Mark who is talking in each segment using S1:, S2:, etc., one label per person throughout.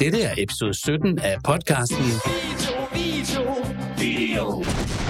S1: Dette er episode 17 af podcasten Video.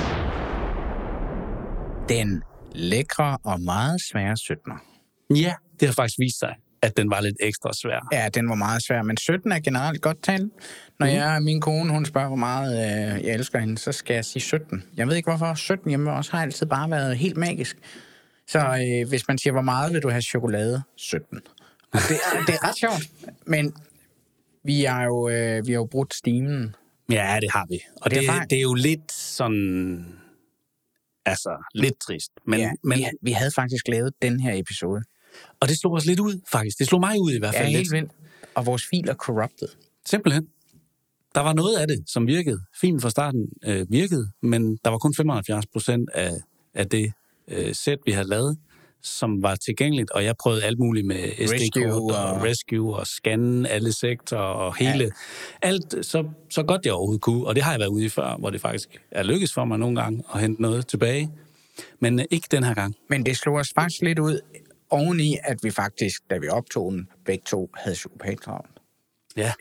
S2: Den lækre og meget svære 17'er.
S1: Ja, det har faktisk vist sig, at den var lidt ekstra svær.
S2: Ja, den var meget svær, men 17 er generelt godt tal. Når min kone, hun spørger, hvor meget jeg elsker hende, så skal jeg sige 17. Jeg ved ikke, hvorfor 17 hjemme også har altid bare været helt magisk. Så hvis man siger, hvor meget vil du have chokolade? 17. Og det er ret sjovt, men vi har jo brudt stimen.
S1: Ja, det har vi. Og det er jo lidt sådan... Altså, lidt trist. Men,
S2: ja, vi havde faktisk lavet den her episode.
S1: Og det slog os lidt ud, faktisk. Det slog mig ud i hvert fald.
S2: Ja, helt vildt. Og vores fil er corrupted.
S1: Simpelthen. Der var noget af det, som virkede. Filen fra starten virkede, men der var kun 75% af det sæt, vi havde lavet, som var tilgængeligt, og jeg prøvede alt muligt med SD-kort og Rescue og scanne alle sektorer og hele. Ja. Alt så godt jeg overhovedet kunne, og det har jeg været ude i før, hvor det faktisk er lykkes for mig nogle gange at hente noget tilbage, men ikke den her gang.
S2: Men det slog os faktisk lidt ud oveni, at vi faktisk, da vi optog den, begge to havde psykopattravlt.
S1: Ja.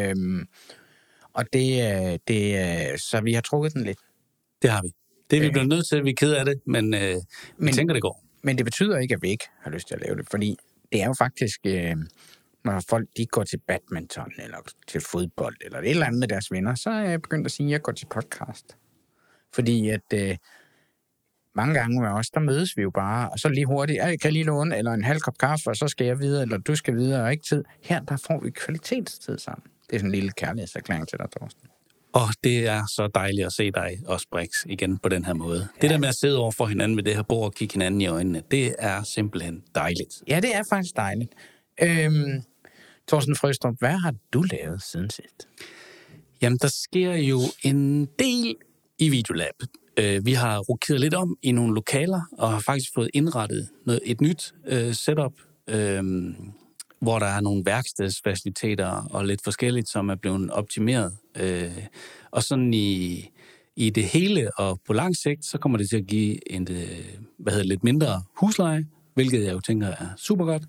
S2: Og så vi har trukket den lidt.
S1: Det har vi. Det er vi blevet nødt til, vi er ked af det, men vi tænker, det går.
S2: Men det betyder ikke, at vi ikke har lyst til at lave det, fordi det er jo faktisk, når folk de går til badminton, eller til fodbold, eller et eller andet med deres venner, så er jeg begyndt at sige, at jeg går til podcast. Fordi at mange gange med os, der mødes vi jo bare, og så lige hurtigt, jeg kan lige låne, eller en halv kop kaffe, og så skal jeg videre, eller du skal videre, og ikke tid. Her, der får vi kvalitetstid sammen. Det er sådan en lille kærlighedserklæring til dig, Thorsten.
S1: Og det er så dejligt at se dig og Brix igen på den her måde. Ja. Det der med at sidde over for hinanden ved det her bord og kigge hinanden i øjnene, det er simpelthen dejligt.
S2: Ja, det er faktisk dejligt. Thorsten Frøstrup, hvad har du lavet siden sidst?
S1: Jamen, der sker jo en del i Videolab. Vi har rokeret lidt om i nogle lokaler, og har faktisk fået indrettet et nyt setup, hvor der er nogle værkstedsfaciliteter og lidt forskelligt, som er blevet optimeret. Og sådan i det hele og på lang sigt, så kommer det til at give en lidt mindre husleje, hvilket jeg jo tænker er super godt.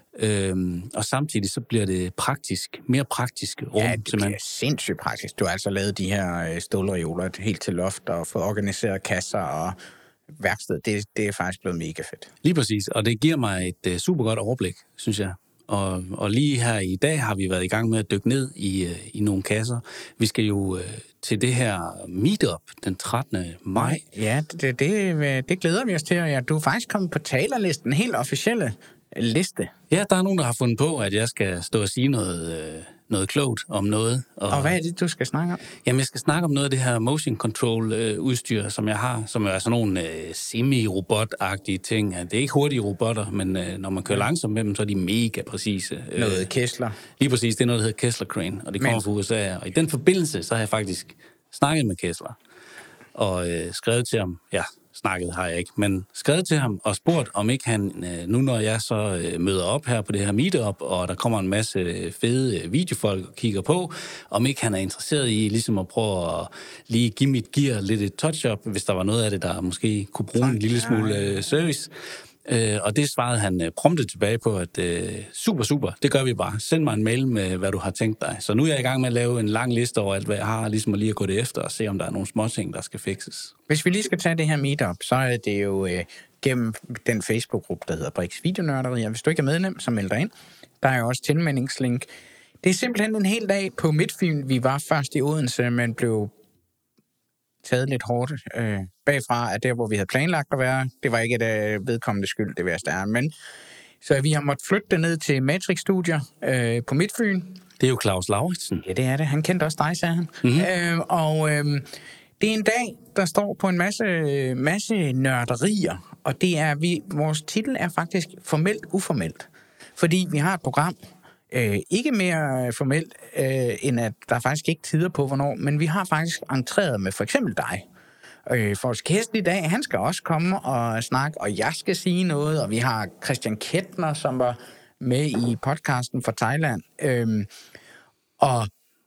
S1: Og samtidig så bliver det mere praktisk rum.
S2: Ja, det bliver sindssygt praktisk. Du har altså lavet de her stålreoler helt til loft og fået organiseret kasser og værksted. Det er faktisk blevet mega fedt.
S1: Lige præcis, og det giver mig et super godt overblik, synes jeg. Og lige her i dag har vi været i gang med at dykke ned i nogle kasser. Vi skal jo til det her meetup den 13. maj.
S2: Ja, det glæder vi os til. Ja, du er faktisk kommet på talerlisten, helt officielle liste.
S1: Ja, der er nogen, der har fundet på, at jeg skal stå og sige noget klogt om noget.
S2: Og hvad er det, du skal snakke om?
S1: Jamen, jeg skal snakke om noget af det her motion control udstyr, som jeg har, som er sådan nogle semi-robot-agtige ting. Det er ikke hurtige robotter, men når man kører langsomt med dem, så er de mega præcise.
S2: Noget Kessler.
S1: Lige præcis, det er noget, der hedder Kessler Crane, og det kommer fra USA. Og i den forbindelse, så har jeg faktisk snakket med Kessler og skrevet til ham, snakket har jeg ikke, men skrevet til ham og spurgt, om ikke han, nu når jeg så møder op her på det her meetup, og der kommer en masse fede videofolk og kigger på, om ikke han er interesseret i ligesom at prøve at lige give mit gear lidt et touch-up, hvis der var noget af det, der måske kunne bruge en lille smule service. Og det svarede han prompte tilbage på, at super, det gør vi bare. Send mig en mail med, hvad du har tænkt dig. Så nu er jeg i gang med at lave en lang liste over alt, hvad jeg har, ligesom at lige at gå det efter og se, om der er nogle småting, der skal fikses.
S2: Hvis vi lige skal tage det her meetup, så er det jo gennem den Facebook-gruppe, der hedder Brix Videonørderier. Hvis du ikke er medlem, så meld dig ind. Der er jo også tilmeldingslink. Det er simpelthen en hel dag på Midtfyn. Vi var først i Odense, men blev taget lidt hårdt bagfra, at der, hvor vi havde planlagt at være, det var ikke et vedkommende skyld, det værste er. Men så vi har måttet flytte det ned til Matrix Studier på Midtfyn.
S1: Det er jo Claus Lauritsen.
S2: Ja, det er det. Han kendte også dig, sagde han. Mm-hmm. Det er en dag, der står på en masse nørderier, og det er vores titel er faktisk formelt uformelt, fordi vi har et program, ikke mere formelt, end at der faktisk ikke tider på, hvornår, men vi har faktisk entreret med for eksempel dig. Vores gæst i dag, han skal også komme og snakke, og jeg skal sige noget, og vi har Christian Kettner, som var med i podcasten fra Thailand. Og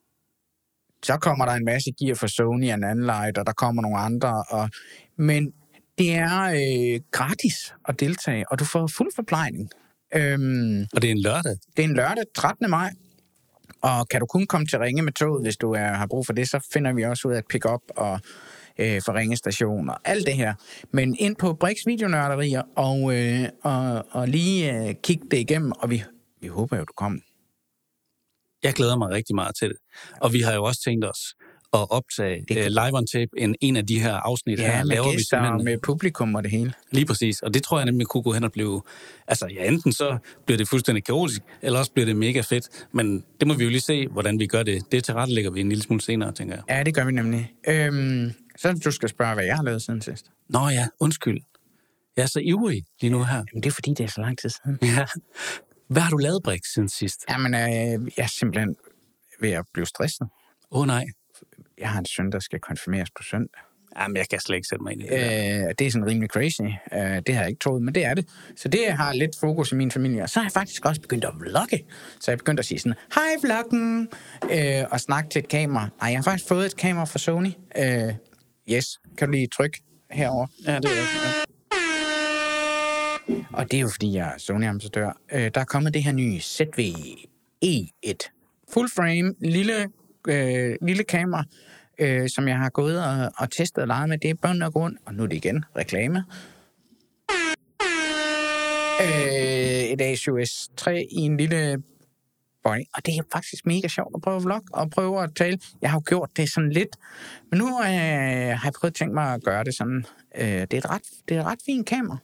S2: så kommer der en masse gear fra Sony og Nanlite, og der kommer nogle andre. Men det er gratis at deltage, og du får fuld forplejning.
S1: Og det er en lørdag?
S2: Det er en lørdag, 13. maj. Og kan du kun komme til Ringe med toget, hvis du har brug for det, så finder vi også ud af at pick up og for Ringestation og alt det her. Men ind på Brix Videonørderier og lige kigge det igennem, og vi håber jo, du kommer.
S1: Jeg glæder mig rigtig meget til det. Og vi har jo også tænkt os at optage live on tape en af de her afsnit her.
S2: Med gæster og med publikum og det hele.
S1: Lige præcis. Og det tror jeg nemlig kunne gå hen og blive... Altså, ja, enten så bliver det fuldstændig kaotisk, eller også bliver det mega fedt. Men det må vi jo lige se, hvordan vi gør det. Det tilrettelægger vi en lille smule senere, tænker jeg.
S2: Ja, det gør vi nemlig. Så du skal spørge, hvad jeg har lavet siden sidst.
S1: Nå ja, undskyld. Jeg er så ivrig lige nu her.
S2: Jamen, det er fordi, det er så lang tid siden.
S1: Ja. Hvad har du lavet, Brix, siden sidst?
S2: Jamen, jeg er simpelthen ved at blive stresset.
S1: Nej.
S2: Jeg har en søn, der skal konfirmeres på søndag.
S1: Jamen, jeg kan slet ikke sætte mig ind i det.
S2: Det er sådan rimelig crazy. Det har jeg ikke troet, men det er det. Så det har lidt fokus i min familie. Og så har jeg faktisk også begyndt at vlogge. Så jeg begyndt at sige sådan, hej vloggen, og snakke til et kamera. Nej, jeg har faktisk fået et kamera fra Sony. Yes, kan du lige trykke herover?
S1: Ja, det er det.
S2: Og det er jo, fordi jeg er Sony-ambassadør. Der er kommet det her nye ZV-E1. Full frame, lille kamera, som jeg har gået og testet og leget med. Det er børnene og grund, og nu er det igen reklame. Et A7S3 i en lille body, og det er faktisk mega sjovt at prøve at vlogge og prøve at tale. Jeg har jo gjort det sådan lidt, men nu har jeg prøvet at tænke mig at gøre det sådan. Det er et ret fint kamera.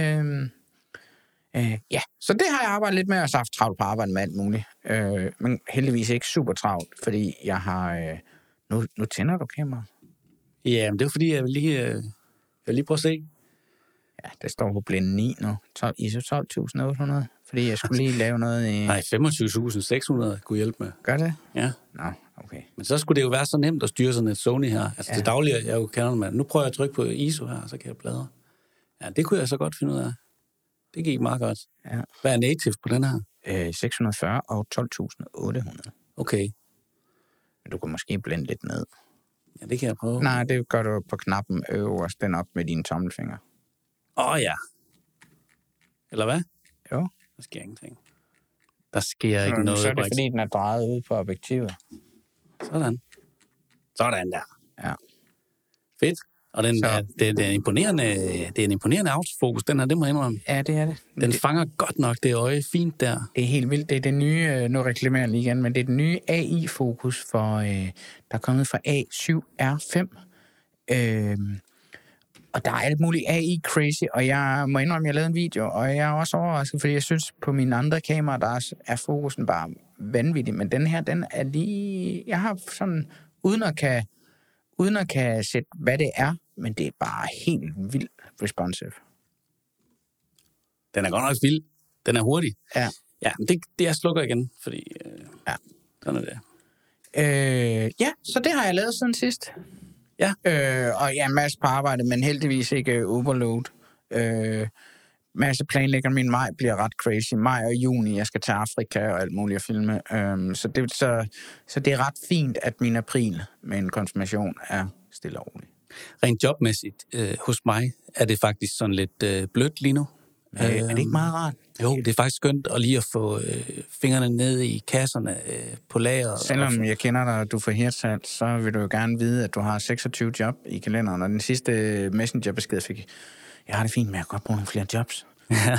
S2: Ja, så det har jeg arbejdet lidt med, og så haft travlt på arbejde med alt muligt. Men heldigvis ikke super travlt, fordi jeg har... Nu tænder du kameraet.
S1: Ja, men det er fordi, jeg vil lige prøve at se.
S2: Ja, det står på blinde 9 nu. ISO 12.800, fordi jeg skulle lige lave noget i...
S1: Nej, 25.600 kunne hjælpe med.
S2: Gør det?
S1: Ja.
S2: Nå, okay.
S1: Men så skulle det jo være så nemt at styre sådan et Sony her. Altså det daglige, jeg jo kender med. Nu prøver jeg at trykke på ISO her, så kan jeg bladre. Ja, det kunne jeg så godt finde ud af. Det gik meget godt.
S2: Ja.
S1: Hvad er native på den her?
S2: 640 og 12.800.
S1: Okay.
S2: Men du kan måske blende lidt ned.
S1: Ja, det kan jeg prøve.
S2: Nej, det gør du på knappen øverst, den op med dine tommelfinger.
S1: Ja. Eller hvad?
S2: Jo.
S1: Der sker ingenting. Der sker ikke noget.
S2: Så er det, fordi den er drejet ude på objektivet.
S1: Sådan. Sådan der.
S2: Ja.
S1: Fedt. Og det er en imponerende autofokus, den her, det må jeg indrømme.
S2: Ja, det er det.
S1: Den fanger godt nok det øje fint der.
S2: Det er helt vildt. Det er det nye, nu reklamerer jeg lige igen, men det er den nye AI-fokus, der er kommet fra A7R5. Og der er alt muligt AI-crazy, og jeg må indrømme, at jeg lavede en video, og jeg er også overrasket, fordi jeg synes, på mine andre kameraer, der er fokusen bare vanvittig, men den her, den er lige... Jeg har sådan, uden at kan sætte, hvad det er, men det er bare helt vildt responsive.
S1: Den er godt nok vild. Den er hurtig.
S2: Ja.
S1: Ja, men det jeg slukker igen, fordi... Sådan er det.
S2: Ja, så det har jeg lavet siden sidst.
S1: Ja.
S2: Og ja, en masse på arbejde, men heldigvis ikke overload. Masse planlægger. Min maj bliver ret crazy. Maj og juni, jeg skal til Afrika og alt muligt at filme. Så det er ret fint, at min april med en konfirmation er stille og rolig.
S1: Rent jobmæssigt hos mig er det faktisk sådan lidt blødt lige nu.
S2: Er det ikke meget rart?
S1: Jo, det er faktisk skønt at lige at få fingrene ned i kasserne på lager.
S2: Selvom jeg kender dig, og du får hertsat, så vil du jo gerne vide, at du har 26 job i kalenderen. Og den sidste messengerbesked fik, jeg har det fint med at godt bruge nogle flere jobs. Ja.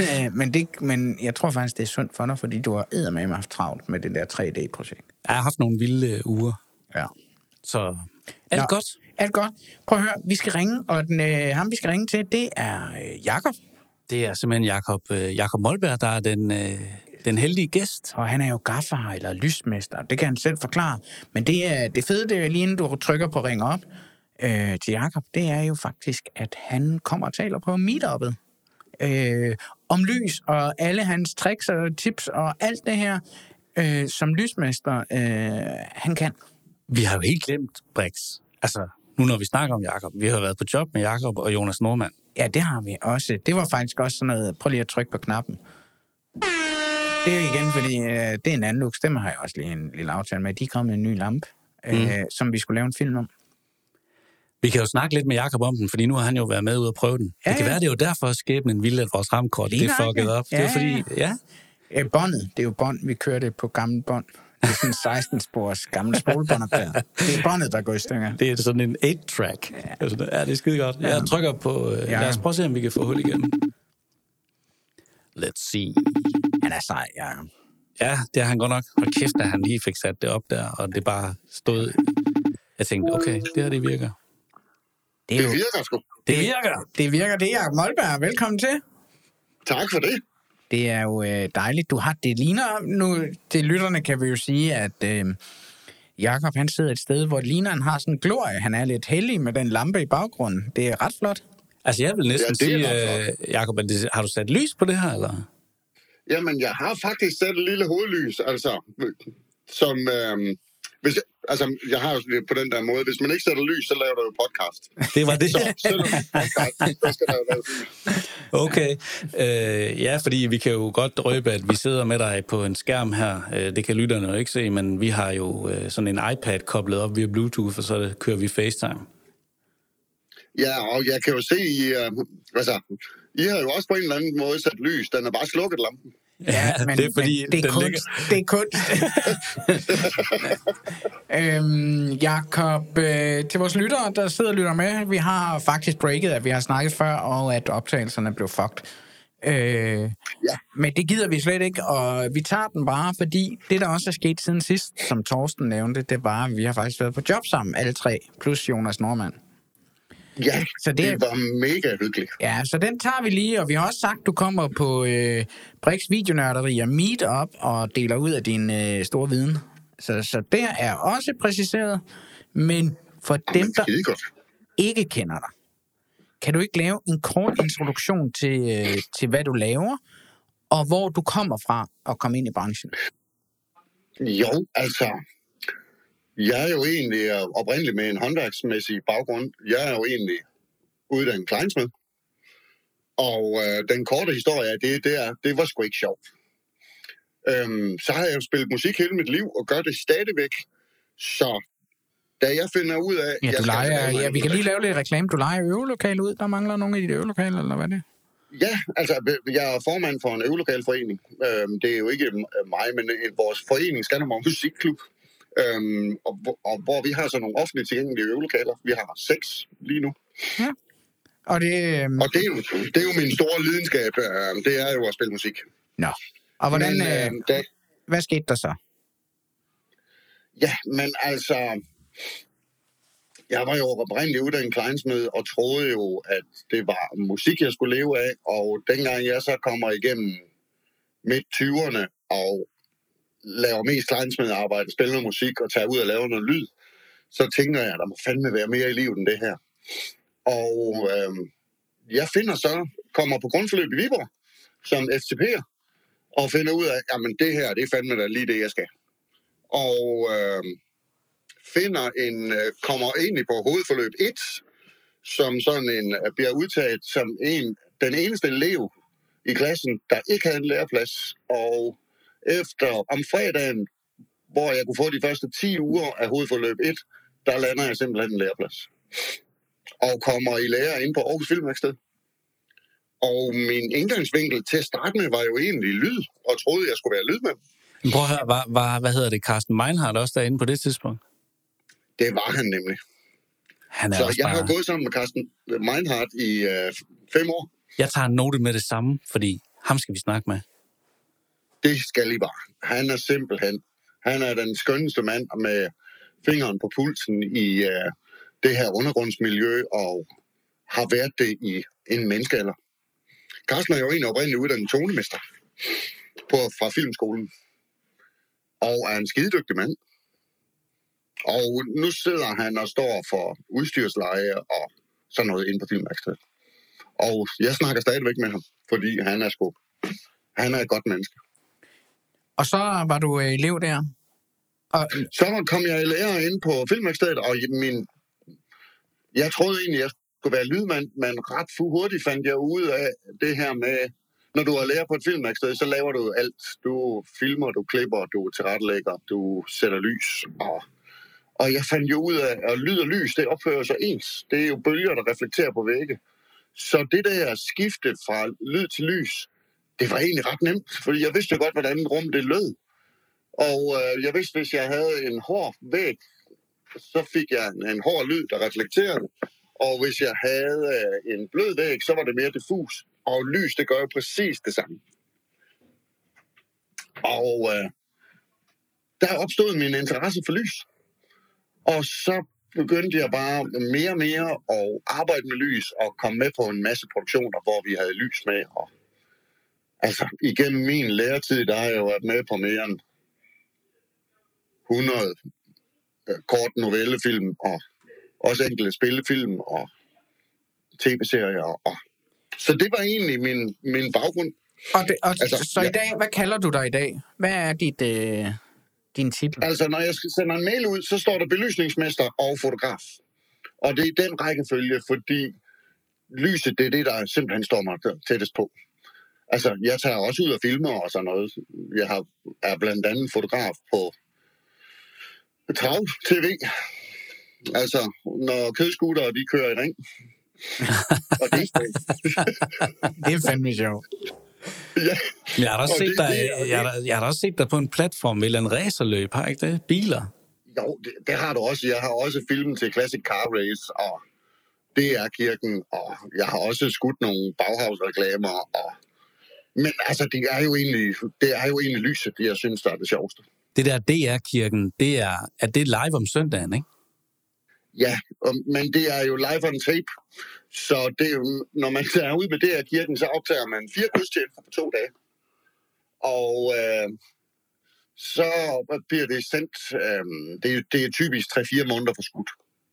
S2: men jeg tror faktisk, det er sundt for dig, fordi du har eddermame haft travlt med det der 3D-projekt.
S1: Jeg har haft nogle vilde uger.
S2: Ja.
S1: Så alt godt.
S2: Alt godt. Prøv at høre, vi skal ringe, og ham vi skal ringe til, det er Jakob.
S1: Det er simpelthen Jakob Molberg, der er den heldige gæst.
S2: Og han er jo gaffer eller lysmester, det kan han selv forklare. Men det fede, det er lige inden du trykker på ring op til Jakob, det er jo faktisk, at han kommer og taler på meetup'et. Om lys og alle hans tricks og tips og alt det her, som lysmester, han kan.
S1: Vi har jo helt glemt Brix. Altså, nu når vi snakker om Jakob, vi har været på job med Jakob og Jonas Nordmand.
S2: Ja, det har vi også. Det var faktisk også sådan noget, prøv lige at trykke på knappen. Det er jo igen, fordi det er en anden lux, dem har jeg også lige en lille aftale med. De kom med en ny lampe, som vi skulle lave en film om. Vi
S1: kan jo snakke lidt med Jakob om den, fordi nu har han jo været med ud og prøve den. Ja, det kan være, det er jo derfor skæbnen ville, at vores ramkort, det fuckede op. Ja. Det er fordi,
S2: båndet, det er jo bånd, vi kører det på gammel bånd. Det er sådan en 16-spors gammel spolebåndoptager. Det er båndet, der går i stykker.
S1: Det er sådan en 8-track. Ja, det er skide godt. Jeg trykker på... Lad os prøve at se, om vi kan få hul igennem. Let's see.
S2: Han er sej, ja.
S1: Ja, det er han godt nok. Og kæft, at han lige fik sat det op der, og det bare stod... Jeg tænkte, okay, det her, det virker.
S3: Det virker sgu.
S2: Det virker. Det er Jacob Molberg. Velkommen til.
S3: Tak for det.
S2: Det er jo dejligt. Du har det ligner... Nu, til lytterne kan vi jo sige, at Jacob, han sidder et sted, hvor ligneren har sådan en glorie. Han er lidt heldig med den lampe i baggrunden. Det er ret flot.
S1: Altså, jeg vil næsten sige, Jacob, har du sat lys på det her, eller?
S3: Jamen, jeg har faktisk sat et lille hovedlys, altså, som... jeg har jo på den der måde, hvis man ikke sætter lys, så laver du jo podcast.
S1: Det var det.
S3: Så skal der jo være lys.
S1: Okay. Ja, fordi vi kan jo godt røbe, at vi sidder med dig på en skærm her. Det kan lytterne jo ikke se, men vi har jo sådan en iPad koblet op via Bluetooth, og så kører vi FaceTime.
S3: Ja, og jeg kan jo se, I har jo også på en eller anden måde sat lys. Den er bare slukket lampen.
S2: Ja, men,
S1: det er fordi,
S2: det er kunst. Det er kunst. Jakob, til vores lyttere, der sidder og lytter med, vi har faktisk breaket, at vi har snakket før, og at optagelserne blev fucked. Men det gider vi slet ikke, og vi tager den bare, fordi det, der også er sket siden sidst, som Torsten nævnte, det var, at vi har faktisk været på job sammen, alle tre, plus Jonas Norman.
S3: Ja, så det var mega hyggeligt.
S2: Ja, så den tager vi lige, og vi har også sagt, at du kommer på Brix Videonørderier Meetup og deler ud af din store viden. Så der er også præciseret, men for dem, der ikke kender dig, kan du ikke lave en kort introduktion til hvad du laver, og hvor du kommer fra og komme ind i branchen?
S3: Jo, altså... Jeg er jo egentlig oprindeligt med en håndværksmæssig baggrund. Jeg er jo egentlig uddannet klejnsmed. Og den korte historie af det var sgu ikke sjovt. Så har jeg jo spillet musik hele mit liv, og gør det stadigvæk. Så da jeg finder ud af...
S2: Ja, vi kan lige lave lidt reklame. Du lejer øvelokale ud. Der mangler nogle af de øvelokaler, eller hvad er det?
S3: Ja, altså, jeg er formand for en øvelokalforening. Det er jo ikke mig, men vores forening, Skanderborg Musikklub. Og hvor vi har sådan nogle offentligt tilgængelige øvelokaler. Vi har 6 lige nu.
S2: Ja. Og det
S3: er jo min store lidenskab. Det er jo at spille musik.
S2: Nå. Og hvordan... hvad skete der så?
S3: Ja, men altså... Jeg var jo oprindeligt uddannet klejnsmed og troede jo, at det var musik, jeg skulle leve af. Og dengang jeg så kommer igennem midt 20'erne og laver mest klejnsmedarbejde, spiller noget musik og tager ud og laver noget lyd, så tænker jeg, at der må fandme være mere i livet end det her. Og jeg kommer på grundforløb i Viborg som FTP'er, og finder ud af, jamen det her, det er fandme da lige det, jeg skal. Og kommer egentlig på hovedforløb 1, som sådan bliver udtaget som den eneste elev i klassen, der ikke havde en læreplads, og om fredagen, hvor jeg kunne få de første 10 uger af hovedforløb 1, der lander jeg simpelthen en læreplads. Og kommer i lære inde på Aarhus Filmværksted. Og min indgangsvinkel til at starte med var jo egentlig lyd, og troede, jeg skulle være lydmand.
S1: Prøv at høre, hvad hedder det, Carsten Meinhardt også derinde på det tidspunkt?
S3: Det var han nemlig. Så jeg har gået sammen med Carsten Meinhardt i 5 år.
S1: Jeg tager en note med det samme, fordi ham skal vi snakke med.
S3: Det skal I bare. Han er den skønneste mand med fingeren på pulsen i det her undergrundsmiljø, og har været det i en menneskealder. Carsten er jo egentlig oprindeligt uddannet tonemester fra filmskolen, og er en skidedygtig mand. Og nu sidder han og står for udstyrsleje og sådan noget inde på filmværkstedet. Og jeg snakker stadigvæk med ham, fordi han er et godt menneske.
S2: Og så var du elev der?
S3: Så kom jeg i lære inde på filmværkstedet, og jeg troede egentlig, jeg skulle være lydmand, men ret hurtigt fandt jeg ud af det her med, når du er lærer på et filmværksted, så laver du alt. Du filmer, du klipper, du tilrettelægger, du sætter lys. Og jeg fandt jo ud af, at lyd og lys, det opfører sig ens. Det er jo bølger, der reflekterer på vægge. Så det der skifte fra lyd til lys, det var egentlig ret nemt, fordi jeg vidste jo godt, hvordan rum det lød. Og jeg vidste, hvis jeg havde en hård væg, så fik jeg en hård lyd, der reflekterede. Og hvis jeg havde en blød væg, så var det mere diffus. Og lys, det gør jo præcis det samme. Og der opstod min interesse for lys. Og så begyndte jeg bare mere og mere at arbejde med lys og komme med på en masse produktioner, hvor vi havde lys med. Og, altså, igennem min læretid, der har jeg jo været med på mere end 100 kort novellefilm, og også enkelte spillefilm og tv-serier. Og så det var egentlig min baggrund.
S2: Så i dag, hvad kalder du dig i dag? Hvad er din titel?
S3: Altså, når jeg sender en mail ud, så står der belysningsmester og fotograf. Og det er den rækkefølge, fordi lyset, det er det, der simpelthen står mig tættest på. Altså, jeg tager også ud og filmer og sådan noget. Jeg er blandt andet fotograf på Trav-TV. Altså, når kødskutere, de kører i ring. Og
S2: det er fandme sjovt.
S3: Ja.
S1: Jeg har da også set dig på en platform eller en racerløb, har ikke det? Biler?
S3: Jo, det har du også. Jeg har også filmet til Classic Car Race, og DR-kirken, og jeg har også skudt nogle Bauhaus-reklamer. Men altså, det er jo egentlig lyset, det jeg synes, der er det sjoveste.
S1: Det der DR-kirken, er det live om søndagen, ikke?
S3: Ja, men det er jo live on tape. Så det er jo, når man er ude med DR-kirken, så optager man 4 gudstjenester på 2 dage. Og så bliver det sendt, det er typisk 3-4 måneder for skudt.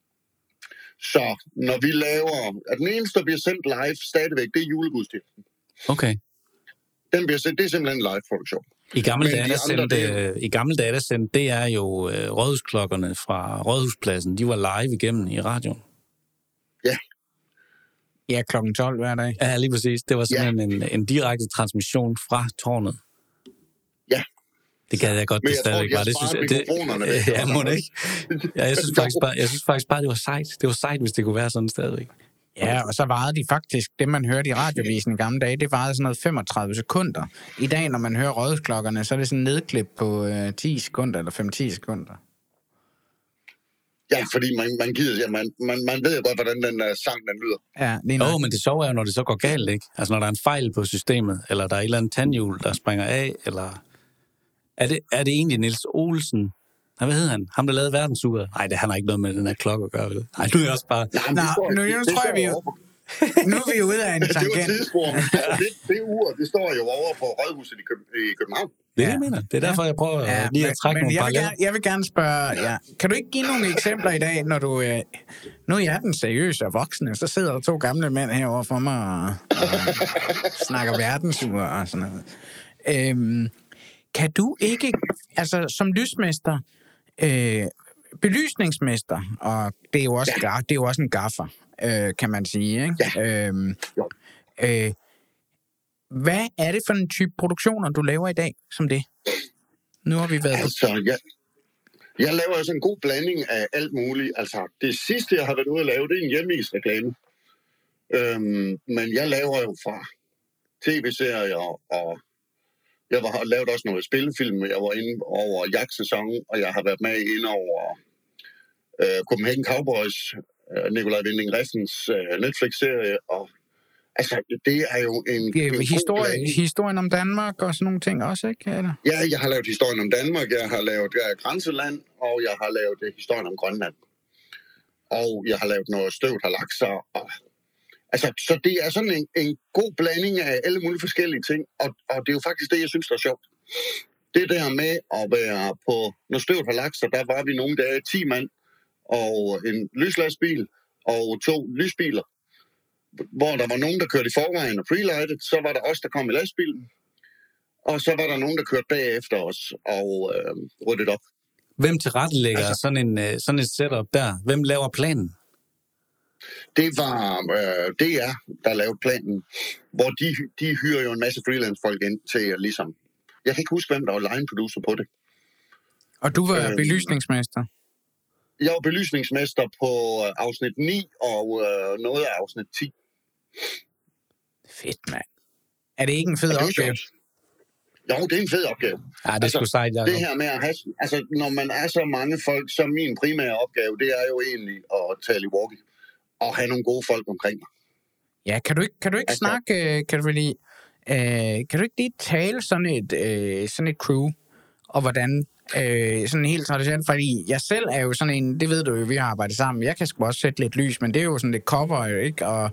S3: Så når vi laver, at den eneste, der bliver sendt live stadigvæk, det er julegudstjenesten.
S1: Okay.
S3: Den bliver sendt, det er simpelthen en live-produktion.
S1: I gamle dage, der sendte det er jo rådhusklokkerne fra Rådhuspladsen. De var live igennem i radioen.
S3: Ja.
S2: Ja, klokken 12 hver dag.
S1: Ja, lige præcis. Det var simpelthen en direkte transmission fra tårnet.
S3: Ja.
S1: Det gad jeg godt, det stadigvæk var. Det synes jeg, ja, må det ikke. Ja, jeg synes faktisk bare, det var sejt. Det var sejt, hvis det kunne være sådan stadigvæk.
S2: Ja, og så varede de faktisk, det man hørte i radiovisen i gamle dage, det varede sådan noget 35 sekunder. I dag, når man hører rådhusklokkerne, så er det sådan en nedklip på 10 sekunder eller 5-10 sekunder.
S3: Ja, fordi man gider, man ved jo godt, hvordan den sang, den lyder.
S2: Ja,
S1: men det sjove er jo, når det så går galt, ikke? Altså, når der er en fejl på systemet, eller der er et eller andet tandhjul, der springer af, eller... Er det egentlig Niels Olsen? Nej, hvad hedder han? Ham, der lavede verdensuret? Nej, han har ikke noget med den her klokke at gøre, vel? Nej, nu er jeg også bare...
S2: Nu tror jeg, vi jo... Nu er vi ude af en tangent.
S3: Det var tidsspor, men det ur, det står jo over på Rådhuset i København.
S1: Det er det, jeg mener. Det er derfor, jeg prøver lige at trække nogle paralleller.
S2: Jeg vil gerne spørge, kan du ikke give nogle eksempler i dag, når du... Nu er jeg den seriøse og voksne, så sidder der 2 gamle mænd herovre for mig og snakker verdensur og sådan noget. Kan du ikke, altså som lysmester, belysningsmester, og det er jo også en gaffer, kan man sige, ikke?
S3: Ja.
S2: Hvad er det for en type produktioner, du laver i dag, som det? Nu har vi været...
S3: Altså, jeg laver jo sådan en god blanding af alt muligt. Altså, det sidste, jeg har været ude at lave, det er en hjemmeisreklame. Men jeg laver jo fra tv-serier, og jeg har lavet også noget spillefilm. Jeg var inde over jagtsæson, og jeg har været med inde over Copenhagen Cowboys, Nikolaj Winding Refns Netflix-serie, og altså, det er jo en
S2: historien om Danmark og sådan nogle ting også, ikke? Eller?
S3: Ja, jeg har lavet historien om Danmark, jeg har lavet Grænseland, og jeg har lavet historien om Grønland. Og jeg har lavet noget Støvet har lagt sig. Og, altså, så det er sådan en god blanding af alle mulige forskellige ting, og det er jo faktisk det, jeg synes, der er sjovt. Det der med at være på, når Støvet har lagt sig, der var vi nogle dage 10 mand, og en lyslastbil og 2 lysbiler, hvor der var nogen, der kørte i forvejen og freelighted, så var der os, der kom i lastbilen, og så var der nogen, der kørte bagefter os og ryddede op.
S1: Hvem tilrettelægger sådan et setup der? Hvem laver planen?
S3: Det var DR, der lavede planen, hvor de hyrer jo en masse freelance-folk ind til ligesom... Jeg kan ikke huske, hvem der var line-producer på det.
S2: Og du var belysningsmester?
S3: Jeg var belysningsmester på afsnit 9 og noget af afsnit 10.
S2: Fedt, mand. Er det ikke en fed opgave?
S3: Jo, det er en fed opgave.
S1: Ja, det skulle sejt,
S3: det her med at have... Altså, når man er så mange folk, så min primære opgave, det er jo egentlig at tale i walkie og have nogle gode folk omkring mig.
S2: Ja, kan du ikke snakke... Kan du ikke lige tale sådan et crew, og hvordan... sådan helt traditionelt, fordi jeg selv er jo sådan en, det ved du jo, vi har arbejdet sammen, jeg kan sgu også sætte lidt lys, men det er jo sådan lidt cover, ikke, og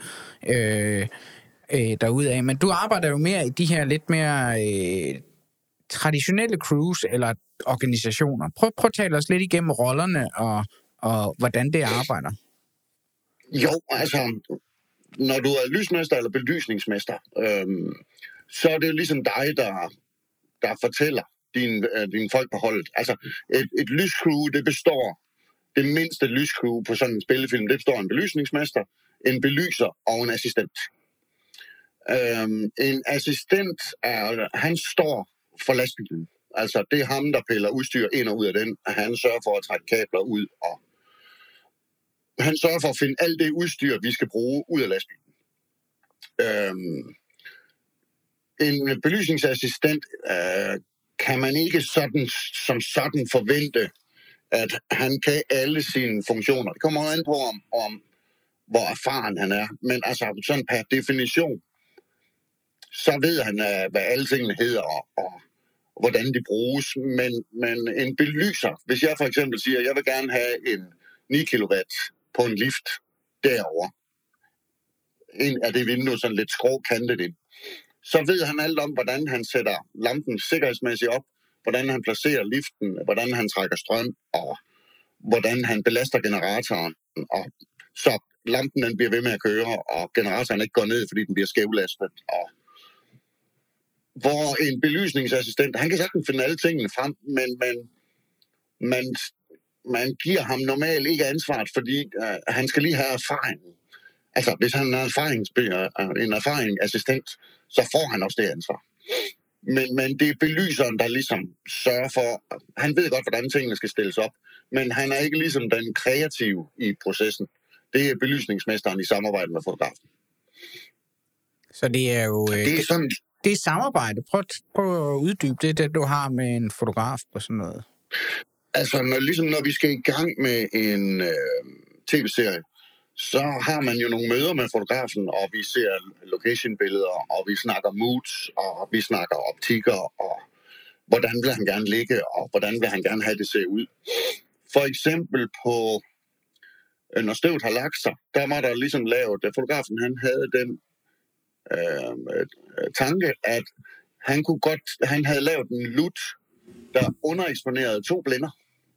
S2: derudaf, men du arbejder jo mere i de her lidt mere traditionelle crews, eller organisationer. Prøv at tale os lidt igennem rollerne, og hvordan det arbejder.
S3: Jo, altså, når du er lysmester eller belysningsmester, så er det jo ligesom dig, der fortæller dine folk på holdet. Altså, et lyscrew, det mindste lyscrew på sådan en spillefilm, det består af en belysningsmester, en belyser og en assistent. En assistent, han står for lastbilen. Altså, det er ham, der piller udstyr ind og ud af den, og han sørger for at trække kabler ud, og han sørger for at finde alt det udstyr, vi skal bruge, ud af lastbilen. En belysningsassistent kan man ikke som sådan forvente, at han kan alle sine funktioner. Det kommer an på, om hvor erfaren han er. Men altså, sådan per definition, så ved han, hvad alle tingene hedder, og hvordan de bruges. Men en belyser, hvis jeg for eksempel siger, at jeg vil gerne have en 9 kW på en lift derovre, en af det vindue sådan lidt skråkantet ind, så ved han alt om, hvordan han sætter lampen sikkerhedsmæssigt op, hvordan han placerer liften, hvordan han trækker strøm, og hvordan han belaster generatoren. Og så lampen den bliver ved med at køre, og generatoren ikke går ned, fordi den bliver skævlastet. Og hvor en belysningsassistent, han kan sagtens finde alle tingene frem, men man giver ham normalt ikke ansvaret, fordi han skal lige have erfaring. Altså, hvis han er en erfaringsassistent, så får han også det ansvar. Men det er belyseren, der ligesom sørger for, han ved godt, hvordan tingene skal stilles op, men han er ikke ligesom den kreative i processen. Det er belysningsmesteren i samarbejde med fotografen.
S2: Så det er jo...
S3: Det er sådan...
S2: Det er samarbejde. Prøv at uddybe det, du har med en fotograf på sådan noget.
S3: Altså, når vi skal i gang med en tv-serie, så har man jo nogle møder med fotografen, og vi ser location-billeder, og vi snakker moods, og vi snakker optikker, og hvordan vil han gerne ligge, og hvordan vil han gerne have det ser ud. For eksempel på, når støvet har lagt sig, der var der ligesom lavet, fotografen han havde den tanke, at han havde lavet en lut, der undereksponerede 2 blænder.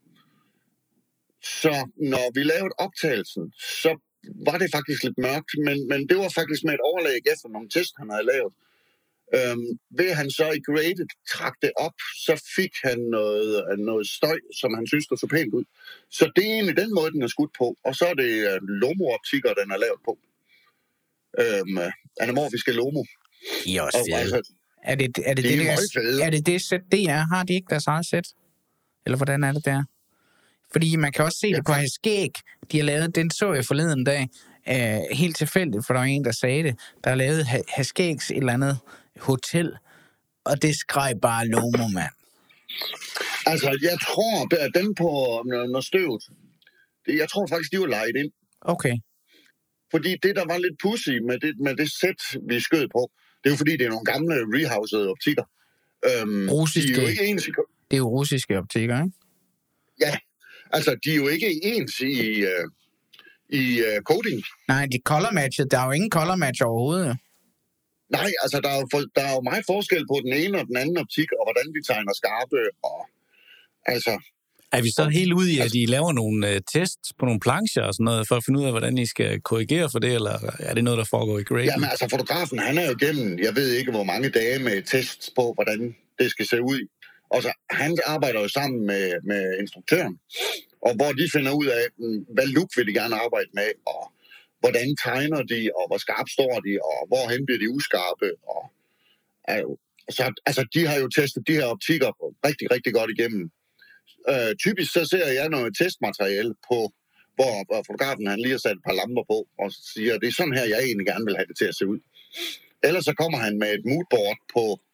S3: Så når vi lavede optagelsen, så var det faktisk lidt mørkt, men det var faktisk med et overlæg efter nogle test, han havde lavet. Ved han så i graded trak det op, så fik han noget støj, som han synes der så pænt ud. Så det er egentlig den måde, den er skudt på. Og så er det Lomo-optikker, den er lavet på. Anamorfiske Lomo.
S2: De er også fede. Altså, er det det sæt DR? Har de ikke deres eget sæt? Eller hvordan er det der? Fordi man kan også se det på Haskæg. De har lavet, den så jeg forleden dag, helt tilfældigt, for der var en, der sagde det. Der har lavet Haskægs et eller andet hotel, og det skreg bare Lomo, mand.
S3: Altså, jeg tror, at den på når støvet, jeg tror faktisk, de var lejet ind.
S2: Okay.
S3: Fordi det, der var lidt pussy med det sæt, vi skød på, det er jo fordi, det er nogle gamle rehousede optikker.
S2: Russiske. Det er jo russiske optikker, ikke?
S3: Ja, altså, de er jo ikke ens i coding.
S2: Nej, de color-matchet. Der er jo ingen color-match overhovedet.
S3: Nej, altså, der er jo meget forskel på den ene og den anden optik, og hvordan de tegner skarpe, og altså...
S1: Er vi så helt ude i, at I laver nogle tests på nogle plancher og sådan noget, for at finde ud af, hvordan I skal korrigere for det, eller er det noget, der foregår i grade?
S3: Jamen altså, fotografen, han er jo gennem, jeg ved ikke, hvor mange dage med tests på, hvordan det skal se ud. Og så, han arbejder jo sammen med instruktøren, og hvor de finder ud af, hvad look vil de gerne arbejde med, og hvordan tegner de, og hvor skarpt står de, og hvorhen bliver de uskarpe. Og, så, altså, de har jo testet de her optikker rigtig, rigtig godt igennem. Typisk så ser jeg noget testmateriale på, hvor fotografen han lige har sat et par lamper på, og siger, det er sådan her, jeg egentlig gerne vil have det til at se ud. Ellers så kommer han med et moodboard på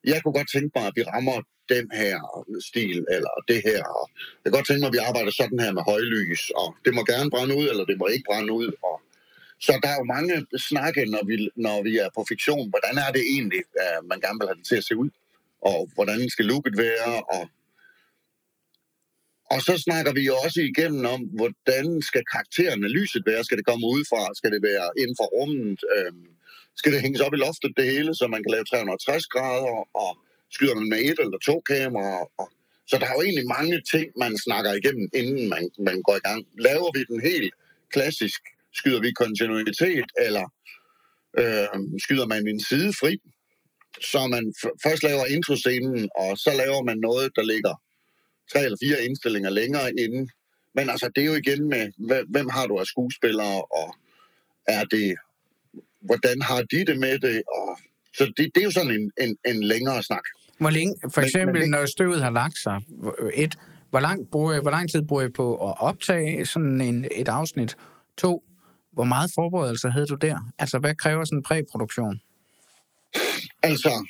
S3: jeg kunne godt tænke mig, at vi rammer den her stil, eller det her. Og jeg kan godt tænke mig, at vi arbejder sådan her med højlys, og det må gerne brænde ud, eller det må ikke brænde ud. Og så der er jo mange snakke, når vi er på fiktion. Hvordan er det egentlig, man gerne vil have det til at se ud? Og hvordan skal looket være? Og så snakker vi jo også igennem om, hvordan skal karakteren af lyset være? Skal det komme udefra? Skal det være inden for rummet? Skal det hænges op i loftet det hele, så man kan lave 360 grader? Og skyder man med 1 eller 2 kameraer? Så der er jo egentlig mange ting, man snakker igennem, inden man går i gang. Laver vi den helt klassisk? Skyder vi kontinuitet? Eller skyder man en side fri? Så man først laver introscenen, og så laver man noget, der ligger 3 eller 4 indstillinger længere inden. Men altså, det er jo igen med, hvem har du af skuespillere, og er det, hvordan har de det med det? Og, så det er jo sådan en længere snak.
S2: Hvor længe, for eksempel, når støvet har lagt sig, hvor lang tid bruger I på at optage sådan et afsnit? 2, hvor meget forberedelse havde du der? Altså, hvad kræver sådan en præproduktion?
S3: Altså,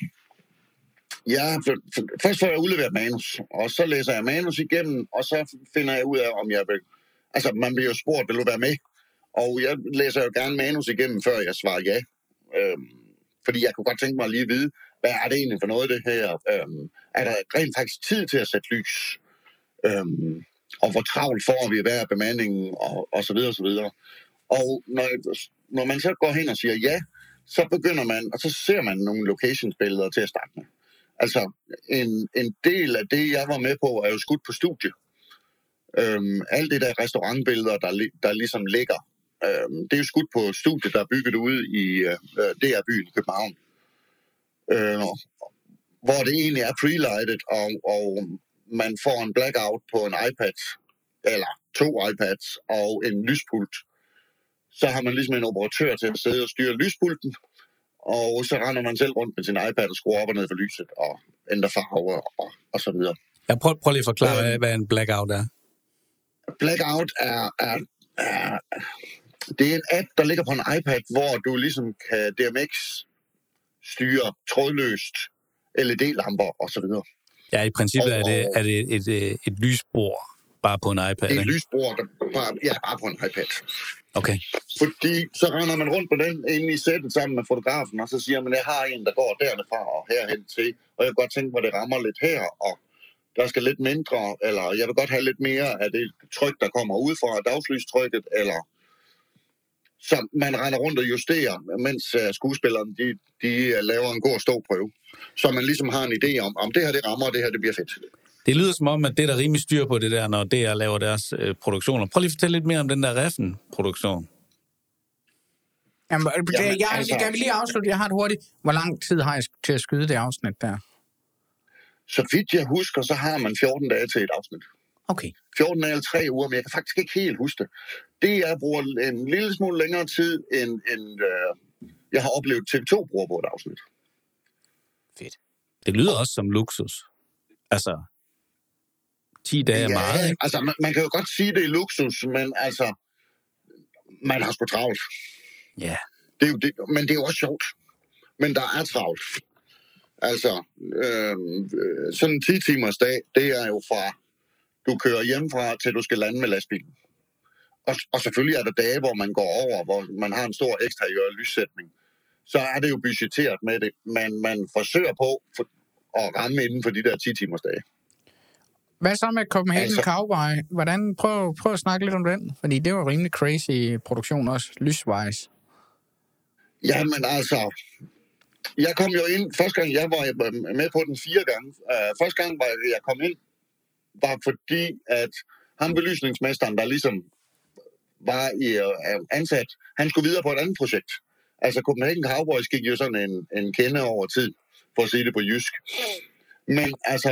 S3: først får jeg udleveret manus, og så læser jeg manus igennem, og så finder jeg ud af, om jeg vil... Altså, man bliver jo spurgt, vil du være med? Og jeg læser jo gerne manus igennem, før jeg svarer ja. Fordi jeg kunne godt tænke mig at lige vide, hvad er det egentlig for noget, det her? Er der rent faktisk tid til at sætte lys? Og hvor travlt får vi hver bemandingen, og så videre, og så videre. Og når man så går hen og siger ja, så begynder man, og så ser man nogle locations-billeder til at starte med. Altså, en del af det, jeg var med på, er jo skudt på studie. Alt det der restaurantbilleder, der ligesom ligger, det er jo skudt på studie, der er bygget ude i DR-byen i København. Hvor det egentlig er pre-lightet, og man får en blackout på en iPad, eller 2 iPads, og en lyspult. Så har man ligesom en operatør til at sidde og styre lyspulten, og så render man selv rundt med sin iPad og skruer op og ned for lyset, og ændrer farver, og så videre.
S1: Jeg prøver lige at forklare, hvad en blackout er.
S3: Blackout er det er en app, der ligger på en iPad, hvor du ligesom kan DMX styre trådløst LED-lamper og så videre.
S1: Ja, i princippet er det et lysbord bare på en iPad.
S3: Et lysbord, bare på en iPad.
S1: Okay.
S3: Fordi så render man rundt på den inde i sættet sammen med fotografen, og så siger man, jeg har en, der går dernefra og herhen til, og jeg kan godt tænke mig, at det rammer lidt her, og der skal lidt mindre, eller jeg vil godt have lidt mere af det tryk, der kommer ud fra dagslυstrykket, eller så man render rundt og justerer, mens skuespillerne de laver en god ståprøve, så man ligesom har en idé om det her det rammer, og det her det bliver fedt.
S1: Det lyder som om, at det er der rimelig styr på det der, når DR laver deres produktioner. Prøv lige at fortælle lidt mere om den der Reffen-produktion.
S2: Jamen, jeg vil lige afslutte, jeg har det hurtigt. Hvor lang tid har jeg til at skyde det afsnit der?
S3: Så vidt jeg husker, så har man 14 dage til et afsnit.
S2: Okay.
S3: 14 dage eller 3 uger, men jeg kan faktisk ikke helt huske det. Det jeg bruger en lille smule længere tid, end jeg har oplevet TV2 bruger på et afsnit.
S1: Fedt. Det lyder også som luksus. Altså, 10 dage er meget, ikke?
S3: Altså, man kan jo godt sige, det er luksus, men altså, man har sgu travlt.
S1: Ja.
S3: Det er jo det, men det er jo også sjovt. Men der er travlt. Altså, sådan en 10-timers dag, det er jo fra, du kører hjemmefra, til du skal lande med lastbilen. Og selvfølgelig er der dage, hvor man går over, hvor man har en stor eksteriør lyssætning. Så er det jo budgetteret med det, men man forsøger på at ramme inden for de der 10-timers dage.
S2: Hvad så med Copenhagen Cowboy? Hvordan, prøv at snakke lidt om den, fordi det var en rimelig crazy produktion også, lyswise.
S3: Jamen altså, jeg kom jo ind, første gang jeg var med på den 4 gange. Første gang jeg kom ind, var fordi, at ham belysningsmesteren, der ligesom var ansat, han skulle videre på et andet projekt. Altså Copenhagen Cowboys gik jo sådan en kende over tid, for at sige det på jysk. Men altså,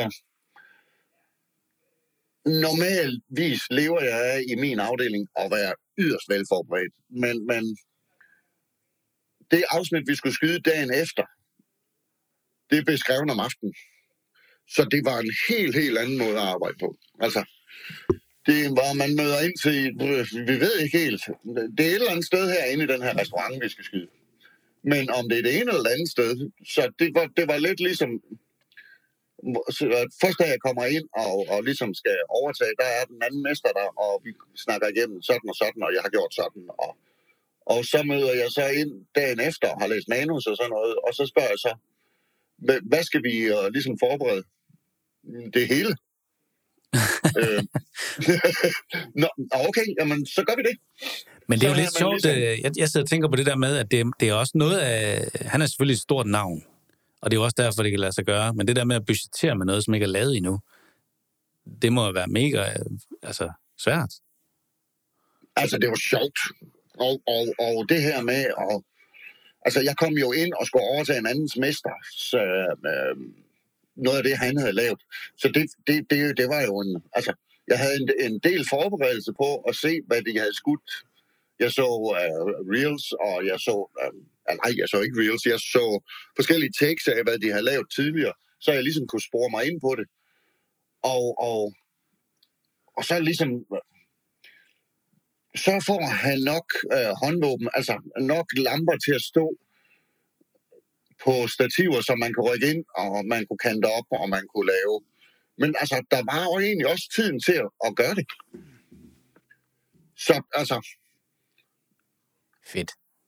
S3: normalvis lever jeg af i min afdeling at være yderst velforberedt. Men det afsnit, vi skulle skyde dagen efter, det blev skrevet om aftenen. Så det var en helt anden måde at arbejde på. Altså, det var, man møder ind til, vi ved ikke helt, det er et eller andet sted herinde i den her restaurant, vi skal skyde. Men om det er det ene eller andet sted, så det var lidt ligesom først da jeg kommer ind og ligesom skal overtage, der er den anden mester der, og vi snakker igennem sådan og sådan, og jeg har gjort sådan. Og så møder jeg så ind dagen efter og har læst manus og sådan noget, og så spørger jeg så, hvad skal vi ligesom forberede? Det hele. Nå, okay, jamen, så gør vi det.
S1: Men det er jo lidt sjovt, jeg sidder og tænker på det der med, at det er også noget af... Han er selvfølgelig et stort navn, og det er jo også derfor, det kan lade sig gøre, men det der med at budgettere med noget, som ikke er lavet endnu, det må være mega svært.
S3: Altså, det var sjovt. Og det her med at... Altså, jeg kom jo ind og skulle overtage en andens mester, så, noget af det, han havde lavet. Så det var jo en... Altså, jeg havde en del forberedelse på at se, hvad de havde skudt. Jeg så reels, og jeg så... nej, jeg så ikke reels. Jeg så forskellige takes af, hvad de havde lavet tidligere, så jeg ligesom kunne spore mig ind på det. Og så ligesom... Så får han nok håndvåben, altså nok lamper til at stå på stativer, som man kan rykke ind, og man kunne kante op, og man kunne lave. Men altså, der var jo egentlig også tiden til at gøre det. Så altså...
S1: Fedt.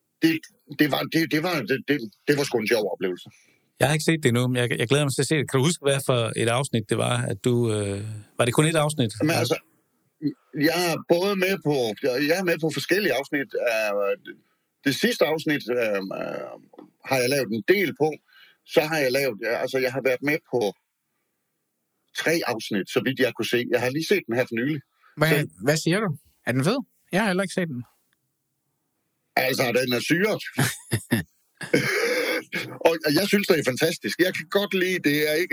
S3: Det var sgu en sjov oplevelse.
S1: Jeg har ikke set det endnu, men jeg glæder mig til at se det. Kan du huske, hvad for et afsnit det var, at du... Var det kun et afsnit?
S3: Men altså, jeg er med på forskellige afsnit. Det sidste afsnit har jeg lavet en del på. Så har jeg lavet... Altså, jeg har været med på 3 afsnit, så vidt jeg kunne se. Jeg har lige set den her for nylig.
S2: Hvad siger du? Er den fed? Jeg har heller ikke set den.
S3: Altså, den er syret. Og jeg synes, det er fantastisk. Jeg kan godt lide, det er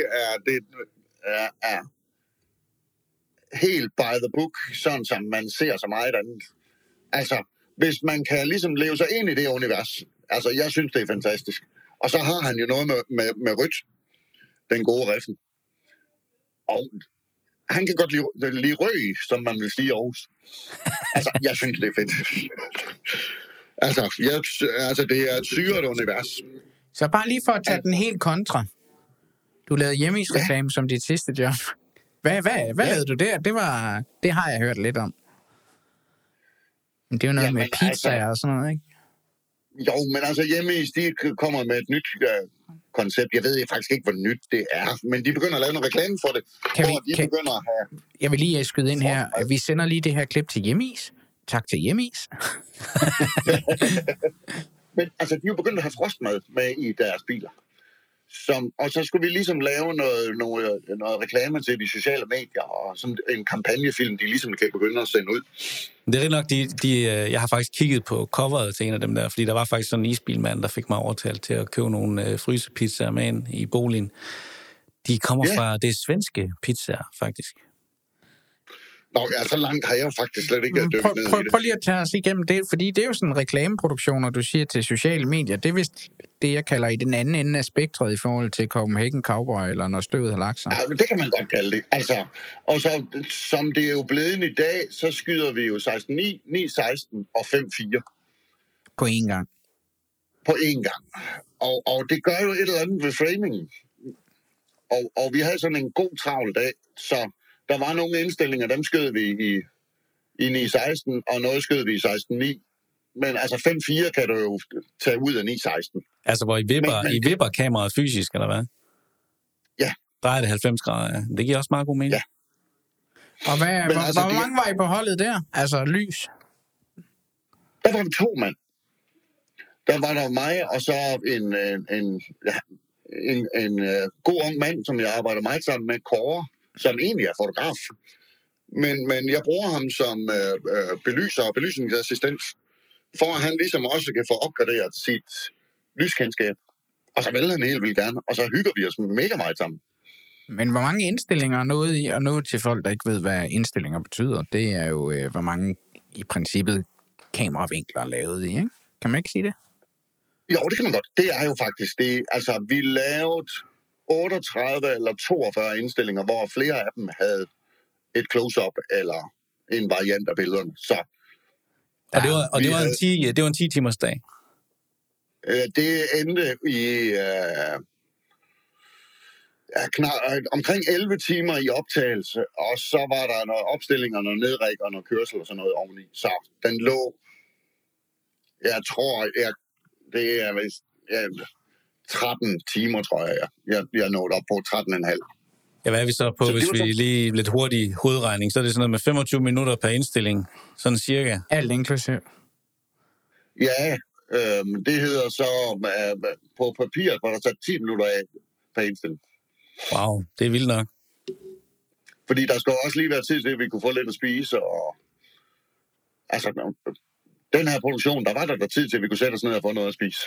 S3: helt by the book, sådan som man ser så meget andet. Altså, hvis man kan ligesom leve sig ind i det univers, altså, jeg synes, det er fantastisk. Og så har han jo noget med Ryt, den gode riffen. Og han kan godt lide røg, som man vil sige i Aarhus. Altså, jeg synes, det er fedt. Altså, det er et syret univers.
S2: Så bare lige for at tage den helt kontra. Du lavede hjemmeisreklame som dit sidste job. Hvad lavede du der? Det har jeg hørt lidt om. Men det er jo noget med pizza og sådan noget, ikke?
S3: Jo, men altså Hjemmeis, de kommer med et nyt koncept. Jeg ved faktisk ikke, hvor nyt det er, men de begynder at lave noget reklame for det.
S2: Jeg vil lige skyde ind her. Vi sender lige det her klip til Hjemmeis. Tak til Hjemmeis.
S3: Men altså, de er jo begyndt at have frostmad med i deres biler. Og så skulle vi ligesom lave noget reklame til de sociale medier, og sådan en kampagnefilm, de ligesom kan begynde at sende ud.
S1: Det er nok, jeg har faktisk kigget på coveret til en af dem der, fordi der var faktisk sådan en isbilmand, der fik mig overtalt til at købe nogle frysepizzaer med ind i boligen. De kommer fra det svenske pizzaer, faktisk.
S3: Nå, ja, så langt har jeg jo faktisk slet ikke dykket ned i det.
S2: Prøv lige at tage os igennem det, fordi det er jo sådan en reklameproduktion, og du siger til sociale medier. Det er vist det, jeg kalder i den anden ende af spektret i forhold til Copenhagen Cowboy, eller når støvet har lagt sig.
S3: Ja, det kan man godt kalde det. Altså, og så, som det er jo blevet i dag, så skyder vi jo 16-9, 9-16 og 5-4.
S2: På én gang.
S3: På én gang. Og det gør jo et eller andet ved framingen. Og vi havde sådan en god travl dag, så... Der var nogle indstillinger, dem skød vi i 9-16, og noget skød vi i 16-9. Men altså 5-4 kan du jo tage ud af 9-16.
S1: Altså hvor I vipper kameraet fysisk, eller hvad?
S3: Ja.
S1: Drejer det 90 grader, ja. Det giver også meget god mening.
S3: Ja.
S2: Og hvor mange var I på holdet der? Altså lys?
S3: Der var 2 mand. Der var der mig, og så en god ung mand, som jeg arbejder meget sammen med, Kåre, som egentlig er fotograf. Men jeg bruger ham som belyser og belysningsassistent, for at han ligesom også kan få opgraderet sit lyskendskab. Og så vil han helt vildt gerne, og så hygger vi os mega meget sammen.
S2: Men hvor mange indstillinger er noget i, og noget til folk, der ikke ved, hvad indstillinger betyder, det er jo, hvor mange i princippet kameravinkler er lavet i, ikke? Kan man ikke sige det?
S3: Jo, det kan man godt. Det er jo faktisk det. Altså, vi lavede 38 eller 42 indstillinger, hvor flere af dem havde et close-up eller en variant af billederne. Så,
S1: det var en 10-timers dag?
S3: Det endte i omkring 11 timer i optagelse, og så var der noget opstilling og noget nedræk og noget kørsel og sådan noget oveni. Så den lå, jeg tror, det er vist 13 timer, tror jeg. Jeg nåede op på 13,5.
S1: Ja, hvad er vi så på, så hvis vi lige lidt hurtig hovedregning? Så er det sådan noget med 25 minutter per indstilling, sådan cirka.
S2: Alt inklusiv.
S3: Ja, det hedder så, på papiret var der sat 10 minutter af per indstilling.
S1: Wow, det er vildt nok.
S3: Fordi der skal også lige være tid til, at vi kunne få lidt at spise, og altså, den her produktion, der var der tid til, at vi kunne sætte os ned og få noget at spise.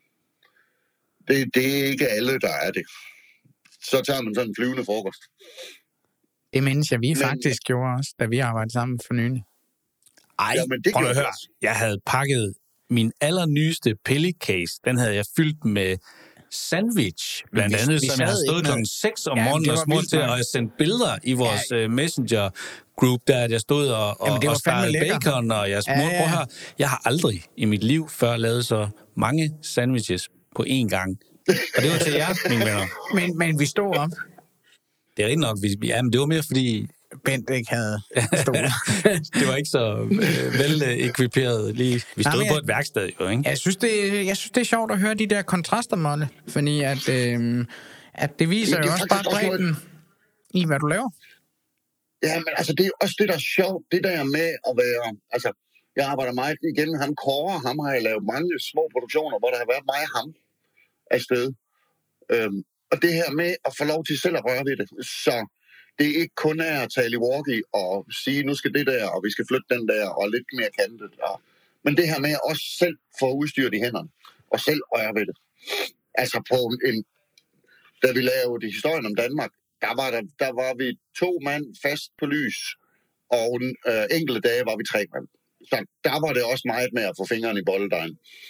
S3: Det er ikke alle, der er det. Så tager man sådan en flyvende frokost.
S2: Det mindes jeg, vi faktisk gjorde også, da vi arbejdede sammen for nylig.
S1: Ej, prøv at høre. Jeg havde pakket min allernyeste pillicase. Den havde jeg fyldt med sandwich, blandt andet, som jeg havde stået klokken 6 om morgenen og smurt til, og jeg sendte billeder i vores messenger-group, der at jeg stod og stegede bacon, og jeg smurte. Prøv at høre, jeg har aldrig i mit liv før lavet så mange sandwiches på én gang. Og det var til jer, mine venner.
S2: Men vi stod op.
S1: Det er rigtig nok. Men det var mere fordi
S2: Bent ikke havde stået.
S1: Det var ikke så vel ekviperet lige. Vi stod på et værksted, jo, ikke?
S2: Jeg synes, det er sjovt at høre de der kontraster, Molle. Fordi at det viser jo også bare bredden i, hvad du laver.
S3: Ja, men altså, det er også det, der er sjovt. Det der med at være... Altså, jeg arbejder meget igen. Ham Kåre, ham har jeg lavet mange små produktioner, hvor der har været mig og ham afsted. Og det her med at få lov til selv at røre ved det. Så det er ikke kun at tale i walkie og sige, nu skal det der, og vi skal flytte den der, og lidt mere kantet. Men det her med at også selv få udstyret i hænderne, og selv røre ved det. Altså da vi lavede historien om Danmark, der var vi 2 mand fast på lys, og enkelte dage var vi 3 mand. Så der var det også meget med at få fingrene i bolledejen.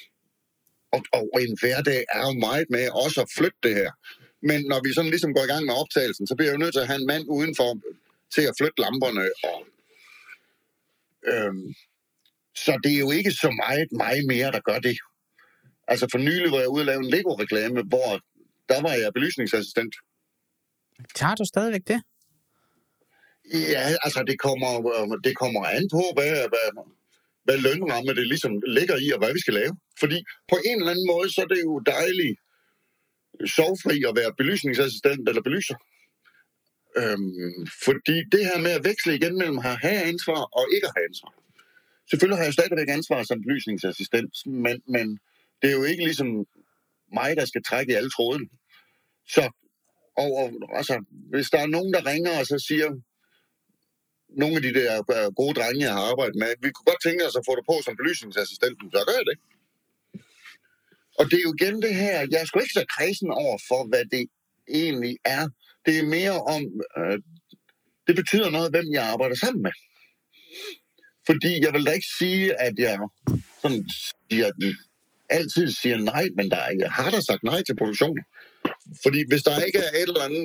S3: Og en hverdag er jo meget med også at flytte det her. Men når vi sådan ligesom går i gang med optagelsen, så bliver jeg jo nødt til at have en mand udenfor til at flytte lamperne. Så det er jo ikke så meget mere, der gør det. Altså for nylig var jeg ude og lave en Lego-reklame, hvor der var jeg belysningsassistent.
S2: Tager du stadigvæk det?
S3: Ja, altså det kommer an på, hvad lønramme det ligesom ligger i, og hvad vi skal lave. Fordi på en eller anden måde, så er det jo dejligt sovfri at være belysningsassistent eller belyser. Fordi det her med at veksle igen mellem at have ansvar og ikke at have ansvar. Selvfølgelig har jeg stadigvæk ansvar som belysningsassistent, men det er jo ikke ligesom mig, der skal trække i alle trådene. Så altså, hvis der er nogen, der ringer og så siger, nogle af de der gode drenge, jeg har arbejdet med, vi kunne godt tænke os at få det på som belysningsassistent, så gør jeg det. Og det er jo igen det her, jeg er sgu ikke så kredsen over for, hvad det egentlig er. Det er mere om, det betyder noget, hvem jeg arbejder sammen med. Fordi jeg vil da ikke sige, at jeg sådan altid siger nej, men jeg har da sagt nej til produktion. Fordi hvis der ikke er et eller andet,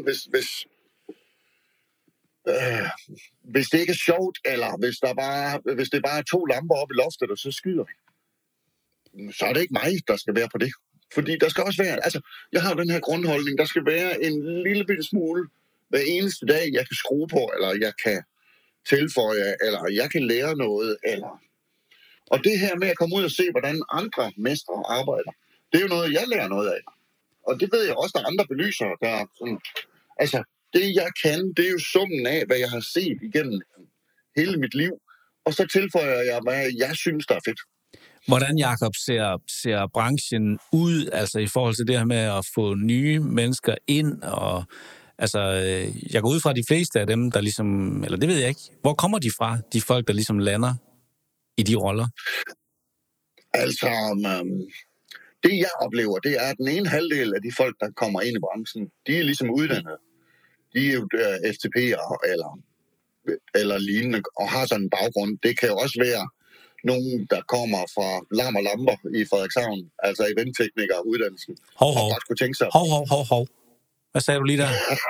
S3: hvis det ikke er sjovt, eller hvis det bare er 2 lamper op i loftet, og så skyder vi, så er det ikke mig, der skal være på det. Fordi der skal også være, altså, jeg har den her grundholdning, der skal være en lille bitte smule hver eneste dag, jeg kan skrue på, eller jeg kan tilføje, eller jeg kan lære noget, eller... Og det her med at komme ud og se, hvordan andre mestre arbejder, det er jo noget, jeg lærer noget af. Og det ved jeg også, der er andre belysere, der er sådan... Altså, det jeg kan, det er jo summen af, hvad jeg har set igennem hele mit liv, og så tilføjer jeg, hvad jeg synes, der er fedt.
S1: Hvordan, Jakob, ser branchen ud, altså i forhold til det her med at få nye mennesker ind, og altså, jeg går ud fra de fleste af dem, der ligesom, eller det ved jeg ikke, hvor kommer de fra, de folk, der ligesom lander i de roller?
S3: Altså, det jeg oplever, det er, at den ene halvdel af de folk, der kommer ind i branchen, de er ligesom uddannet. De er jo FTP'er eller lignende, og har sådan en baggrund. Det kan jo også være nogen, der kommer fra Larm og Lamper i Frederikshavn, altså eventtekniker-uddannelsen.
S1: Hov.
S3: Godt kunne tænke sig.
S1: Hov. Hvad sagde du lige der?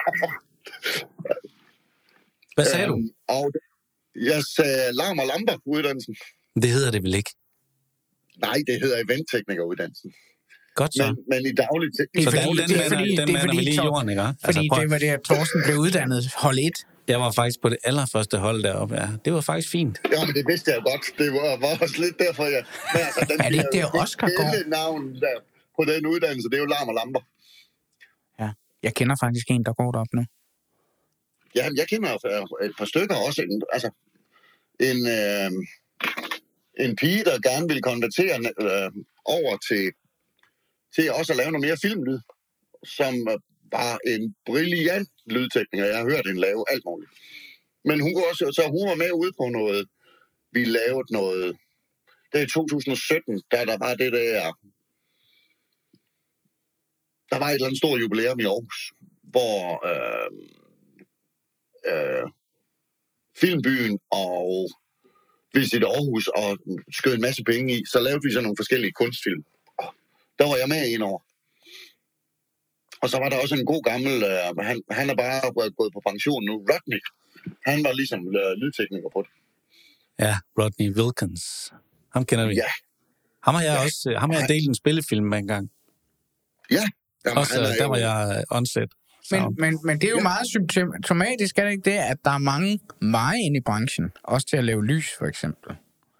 S1: Hvad sagde du?
S3: Og jeg sagde Larm og Lamper-uddannelsen.
S1: Det hedder det vel ikke?
S3: Nej, det hedder eventtekniker-uddannelsen.
S1: Godt så.
S3: Men i dagligt...
S1: Så den mander vi lige i jorden, ikke?
S2: Fordi det var det, at Thorsten blev uddannet hold 1.
S1: Jeg var faktisk på det allerførste hold deroppe, ja. Det var faktisk fint.
S3: Ja, men det vidste jeg jo godt. Det var også lidt derfor, jeg... Men altså, den
S2: er det ikke det, Oscar går?
S3: Navn der på den uddannelse, det er jo larm og lamper.
S2: Ja, jeg kender faktisk en, der går derop nu.
S3: Ja, jeg kender et par stykker også. En pige, der gerne ville konvertere over til også at lave noget mere filmlyd, som var en brilliant lydtekniker. Jeg har hørt hende lave alt muligt. Men hun var med ude på noget. Vi lavede noget. Det er i 2017, da der var det der. Der var et eller andet stort jubilæum i Aarhus, hvor Filmbyen og Visit Aarhus og skød en masse penge i, så lavede vi så nogle forskellige kunstfilm. Der var jeg med en år. Og så var der også en god gammel, han er bare gået på pension nu, Rodney. Han var ligesom lydtekniker på det.
S1: Ja, Rodney Wilkins. Ham kender vi.
S3: Ja.
S1: Ham har jeg delt en spillefilm med engang.
S3: Ja.
S1: Jamen, også der var jeg onset.
S2: Men det er jo meget symptomatisk, er det ikke det, at der er mange veje inde i branchen, også til at lave lys, for eksempel?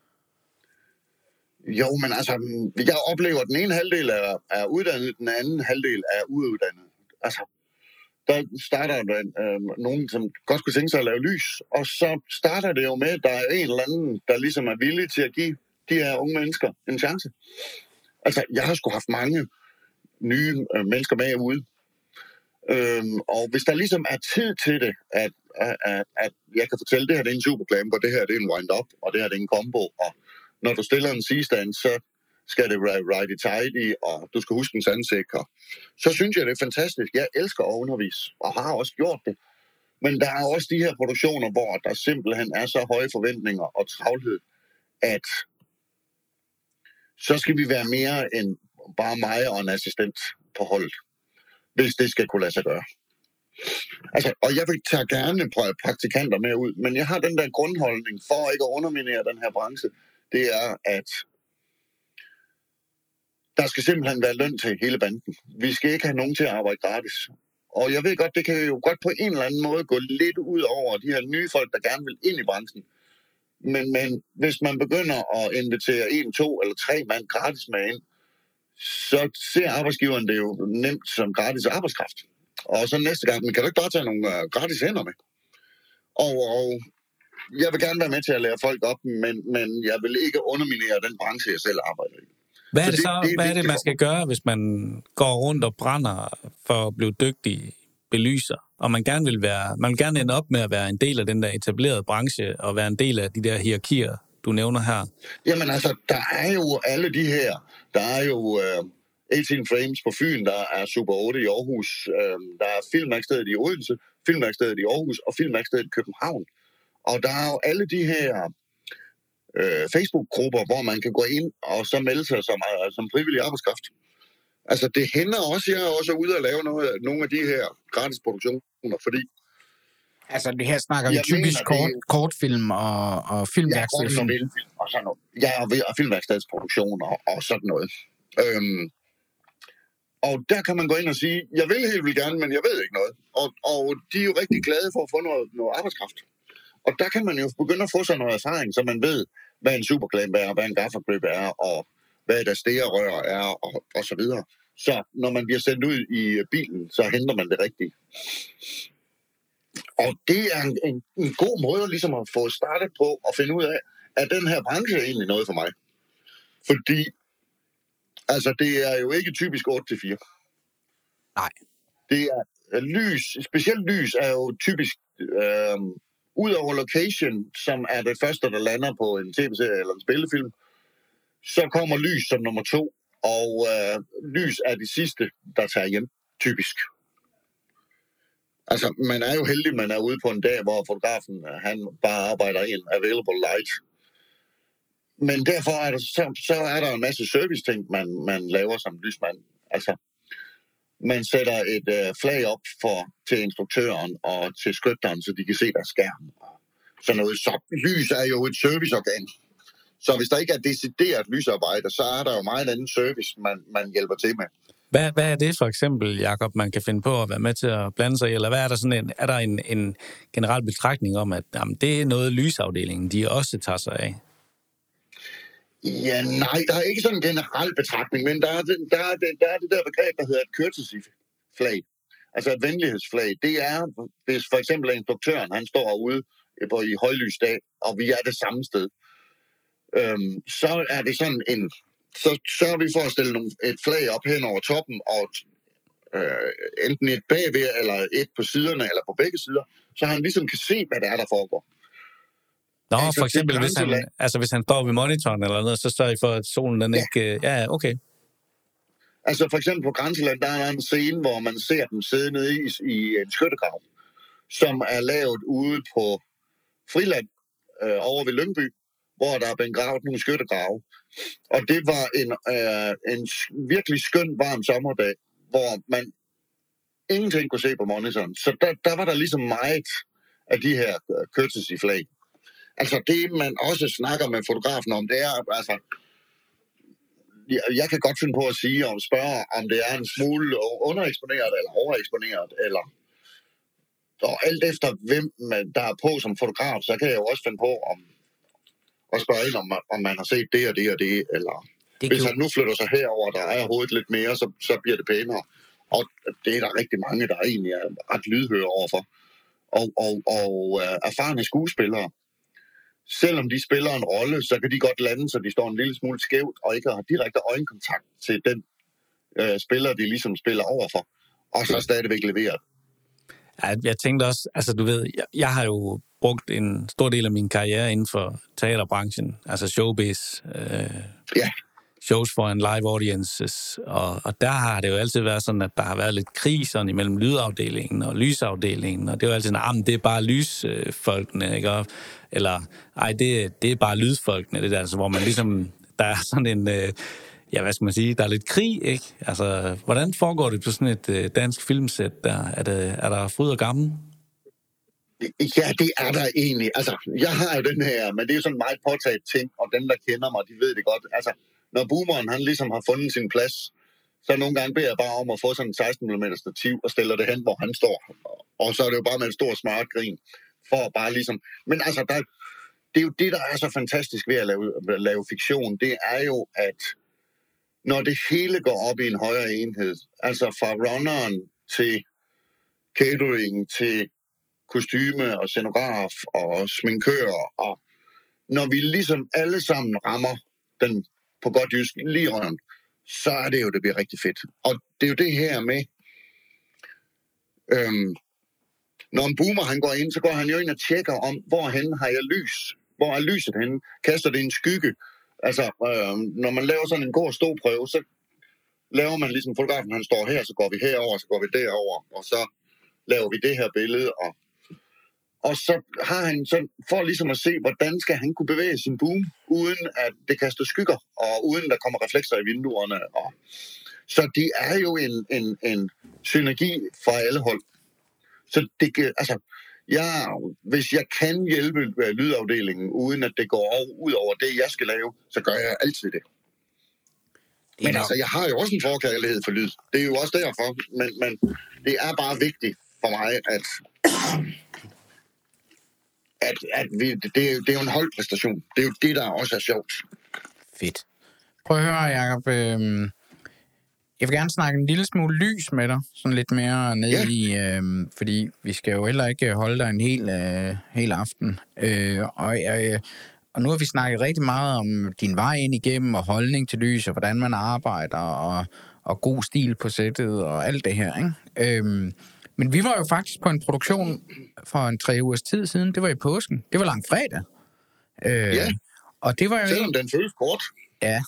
S3: Jo, men altså, jeg oplever, at den ene halvdel er uddannet, den anden halvdel er uuddannet. Altså, der starter nogen, som godt kunne tænke sig at lave lys, og så starter det jo med, at der er en eller anden, der ligesom er villig til at give de her unge mennesker en chance. Altså, jeg har sgu haft mange nye mennesker med ude. Og hvis der ligesom er tid til det, at jeg kan fortælle, det her det er en superclamper, det her det er en wind-up, og det her det er en combo, og når du stiller en C-stand, så skal det righty-tighty, og du skal huske en sandsikker. Så synes jeg, det er fantastisk. Jeg elsker at undervise, og har også gjort det. Men der er også de her produktioner, hvor der simpelthen er så høje forventninger og travlhed, at så skal vi være mere end bare mig og en assistent på holdet, hvis det skal kunne lade sig gøre. Altså, og jeg vil tage gerne praktikanter med ud, men jeg har den der grundholdning for ikke at underminere den her branche, det er, at der skal simpelthen være løn til hele banden. Vi skal ikke have nogen til at arbejde gratis. Og jeg ved godt, det kan jo godt på en eller anden måde gå lidt ud over de her nye folk, der gerne vil ind i branchen. Men hvis man begynder at invitere 1, 2 eller 3 mand gratis med ind, så ser arbejdsgiveren det jo nemt som gratis arbejdskraft. Og så næste gang, man kan du ikke bare tage nogle gratis hænder med. Og jeg vil gerne være med til at lære folk op, men jeg vil ikke underminere den branche, jeg selv arbejder i.
S1: Hvad er det, man skal gøre, hvis man går rundt og brænder for at blive dygtig belyser, og man vil gerne ende op med at være en del af den der etablerede branche, og være en del af de der hierarkier, du nævner her?
S3: Jamen altså, der er jo alle de her. Der er jo 18 Frames på Fyn, der er Super 8 i Aarhus, der er Filmværkstedet i Odense, Filmværkstedet i Aarhus og Filmværkstedet i København. Og der er jo alle de her Facebook-grupper, hvor man kan gå ind og så melde sig som frivillig arbejdskraft. Altså det hænder også, jeg er også ude og lave nogle af de her gratis produktioner, fordi...
S2: Altså det her snakker vi typisk kortfilm og filmværkstedsfilm.
S3: Og sådan noget. Ja, og filmværkstedsproduktioner og sådan noget. Og der kan man gå ind og sige, jeg vil helt vildt gerne, men jeg ved ikke noget. Og de er jo rigtig glade for at få noget arbejdskraft. Og der kan man jo begynde at få sig noget erfaring, så man ved, hvad en superklamp er, hvad en gafferkløb er, og hvad der stegerør er, og så videre. Så når man bliver sendt ud i bilen, så henter man det rigtige. Og det er en god måde ligesom at få startet på og finde ud af, at den her branche er egentlig noget for mig. Fordi altså, det er jo ikke typisk 8-4.
S2: Nej.
S3: Det er lys, specielt lys er jo typisk ud over location, som er det første, der lander på en tv-serie eller en spillefilm, så kommer lys som nummer 2, og lys er de sidste, der tager hjem, typisk. Altså, man er jo heldig, man er ude på en dag, hvor fotografen, han bare arbejder i en available light. Men derfor er der, så er der en masse service-ting, man laver som lysmand. Altså, man sætter et flag op til instruktøren og til scripteren, så de kan se deres skærm. Så noget. Så lys er jo et serviceorgan. Så hvis der ikke er decideret lysarbejde, så er der jo meget anden service, man hjælper til med.
S1: Hvad er det for eksempel, Jakob, man kan finde på at være med til at blande sig i? Eller hvad er der sådan er der en generel betragtning om, at jamen, det er noget lysafdelingen, de også tager sig af?
S3: Ja, nej, der er ikke sådan en generel betragtning, men der er det der begreb, der hedder et courtesy-flag. Altså et venlighedsflag. Det er, hvis for eksempel instruktøren, han står herude i højlysdag, og vi er det samme sted. Så er det sådan så sørger vi for at stille et flag op hen over toppen, og enten et bagved, eller et på siderne, eller på begge sider, så han ligesom kan se, hvad det er, der foregår.
S1: Nå, altså, for eksempel, hvis han står ved monitoren eller noget, så sørger I for, at solen den ikke... Ja, okay.
S3: Altså for eksempel på Grænseland, der er en scene, hvor man ser dem sidde nede i en skyttegrav, som er lavet ude på Friland, over ved Lyngby, hvor der er blevet gravet nogle skyttegrave. Og det var en virkelig skøn, varm sommerdag, hvor man ingenting kunne se på monitoren. Så der var der ligesom meget af de her courtesy-flag. Altså det, man også snakker med fotografen om, det er, altså, jeg kan godt finde på at sige og spørge, om det er en smule undereksponeret eller overeksponeret, eller og alt efter hvem der er på som fotograf, så kan jeg jo også finde på at spørge ind, om man har set det og det og det, eller hvis han nu flytter sig herover, der er hovedet lidt mere, så bliver det pænere. Og det er der rigtig mange, der egentlig er ret lydhøre overfor. Og erfarne skuespillere, selvom de spiller en rolle, så kan de godt lande, så de står en lille smule skævt, og ikke har direkte øjenkontakt til den spiller, de ligesom spiller overfor, og så stadigvæk leveret.
S1: Ja, jeg tænkte også, altså du ved, jeg har jo brugt en stor del af min karriere inden for teaterbranchen, altså showbiz, shows for en live audiences, og der har det jo altid været sådan, at der har været lidt krig sådan imellem lydafdelingen og lysafdelingen, og det er jo altid sådan, det er bare lysfolkene, ikke? Eller, det er bare lydfolkene, det der, altså, hvor man ligesom, der er sådan en, hvad skal man sige, der er lidt krig, ikke? Altså, hvordan foregår det på sådan et dansk filmsæt der? Er der fryd og gammel?
S3: Ja, det er der egentlig. Altså, jeg har jo den her, men det er jo sådan en meget påtaget ting, og dem, der kender mig, de ved det godt. Altså, når boomeren, han ligesom har fundet sin plads, så nogle gange beder jeg bare om at få sådan en 16 mm stativ og stiller det hen, hvor han står. Og så er det jo bare med en stor smart grin, for bare ligesom... Men altså, det er jo det, der er så fantastisk ved at lave fiktion, det er jo, at når det hele går op i en højere enhed, altså fra runneren til catering til kostyme og scenograf og sminkør, og når vi ligesom alle sammen rammer den på godt jysk lige røven, så er det jo, det bliver rigtig fedt. Og det er jo det her med, når en boomer han går ind, så går han jo ind og tjekker om, hvorhen har jeg lys? Hvor er lyset henne? Kaster det en skygge? Altså, når man laver sådan en god ståprøve, så laver man ligesom fotografen, han står her, så går vi herover, så går vi derover, og så laver vi det her billede, og så har han sådan, for ligesom at se, hvordan skal han kunne bevæge sin boom, uden at det kaster skygger, og uden der kommer reflekser i vinduerne. Så det er jo en synergi fra alle hold. Så det, altså, hvis jeg kan hjælpe lydafdelingen, uden at det går ud over det, jeg skal lave, så gør jeg altid det. Men altså, jeg har jo også en forkærlighed for lyd. Det er jo også derfor, men det er bare vigtigt for mig, at det er jo en holdpræstation. Det er jo det, der også er sjovt.
S2: Fedt. Prøv at høre, Jacob. Jeg vil gerne snakke en lille smule lys med dig, sådan lidt mere ned i, fordi vi skal jo heller ikke holde dig en hel aften. Og nu har vi snakket rigtig meget om din vej ind igennem, og holdning til lys, og hvordan man arbejder, og god stil på sættet, og alt det her, ikke? Men vi var jo faktisk på en produktion for 3 ugers tid siden. Det var i påsken. Det var langfredag. Og det var jo
S3: selvom den føles kort.
S2: Ja.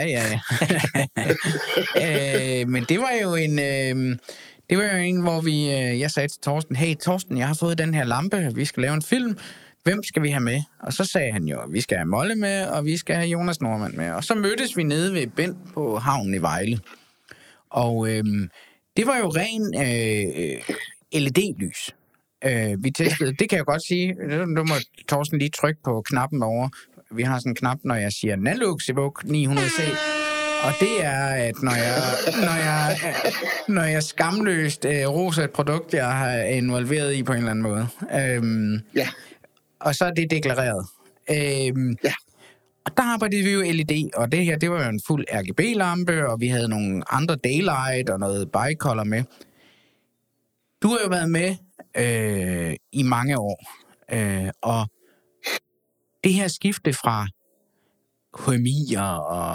S2: Men det var jo en, hvor jeg sagde til Torsten, hey Torsten, jeg har fået den her lampe, vi skal lave en film. Hvem skal vi have med? Og så sagde han jo, vi skal have Molle med, og vi skal have Jonas Nordmann med. Og så mødtes vi nede ved Bent på havnen i Vejle. Og det var jo ren LED-lys. Vi testede, det kan jeg godt sige, nu må Torsten lige trykke på knappen over. vi har sådan en knap, når jeg siger Nalux Evoke 900C. Og det er, at når jeg skamløst roser et produkt, jeg har involveret i på en eller anden måde.
S3: Ja.
S2: Og så er det deklareret.
S3: Ja.
S2: Og der arbejdede vi jo LED, og det her, det var jo en fuld RGB-lampe, og vi havde nogle andre daylight og noget bicolor med. Du har jo været med i mange år, og det her skifte fra HMI'er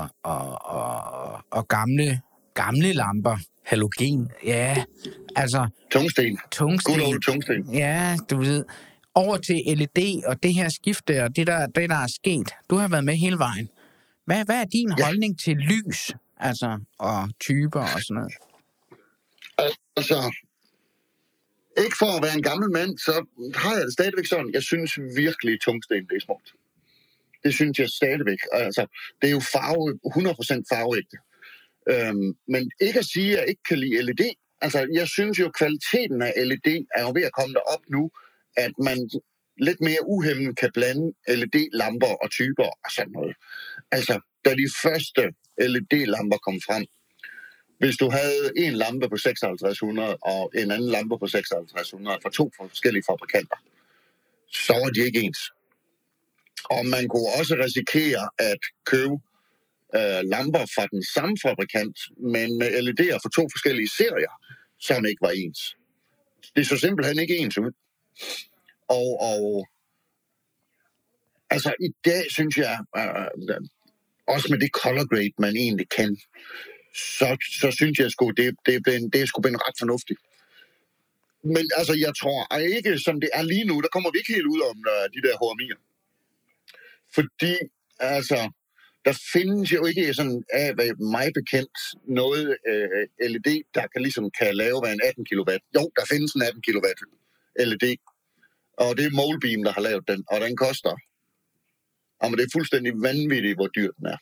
S2: og gamle lamper.
S1: Halogen.
S2: Ja, altså...
S3: Tungsten. God old tungsten.
S2: Ja, du ved. Over til LED og det her skifte og det der er sket. Du har været med hele vejen. Hvad er din holdning til lys, altså, og typer og sådan noget?
S3: Altså, ikke for at være en gammel mand, så har jeg det stadigvæk sådan. Jeg synes virkelig, tungsten det er smukt. Det synes jeg stadigvæk. Altså, det er jo 100% farveægte. Men ikke at sige, at jeg ikke kan lide LED. Altså, jeg synes jo, kvaliteten af LED er jo ved at komme derop nu, at man lidt mere uhæmmet kan blande LED-lamper og typer og sådan noget. Altså, da de første LED-lamper kom frem, hvis du havde en lampe på 5600 og en anden lampe på 5600 fra 2 forskellige fabrikanter, så var de ikke ens. Og man kunne også risikere at købe lamper fra den samme fabrikant, men med LED'er for 2 forskellige serier, som ikke var ens. Det så simpelthen ikke ens ud. Og altså i dag synes jeg, også med det color grade, man egentlig kan, så synes jeg sgu, det er sgu blevet ret fornuftigt. Men altså, jeg tror ikke, som det er lige nu, der kommer vi ikke helt ud om de der HMI'er. Fordi, altså, der findes jo ikke sådan, af mig bekendt, noget LED, der kan lave hvad en 18 kW. Jo, der findes en 18 kW LED, og det er Molebeam, der har lavet den, og den koster. Og det er fuldstændig vanvittigt, hvor dyr den er.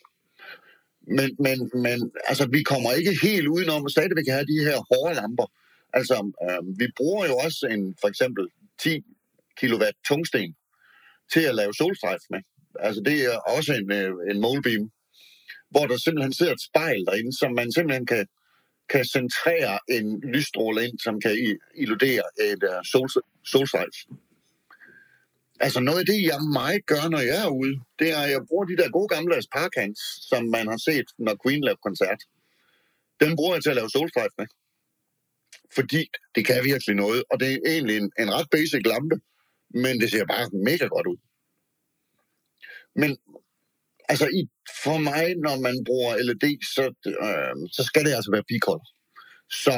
S3: Men altså, vi kommer ikke helt udenom at stadigvæk have de her hårde lamper. Altså, vi bruger jo også for eksempel 10 kW tungsten til at lave solstrejf med. Altså, det er også en Molebeam, hvor der simpelthen sidder et spejl derinde, som man simpelthen kan centrere en lysstråle ind, som kan illudere et solstrejf. Altså noget af det, jeg meget gør, når jeg er ude, det er, at jeg bruger de der gode gamle Parkans, som man har set, når Queen laver koncert. Den bruger jeg til at lave solstrejf med. Fordi det kan virkelig noget, og det er egentlig en ret basic lampe, men det ser bare mega godt ud. Men altså for mig, når man bruger LED, så skal det altså være bicolor. Så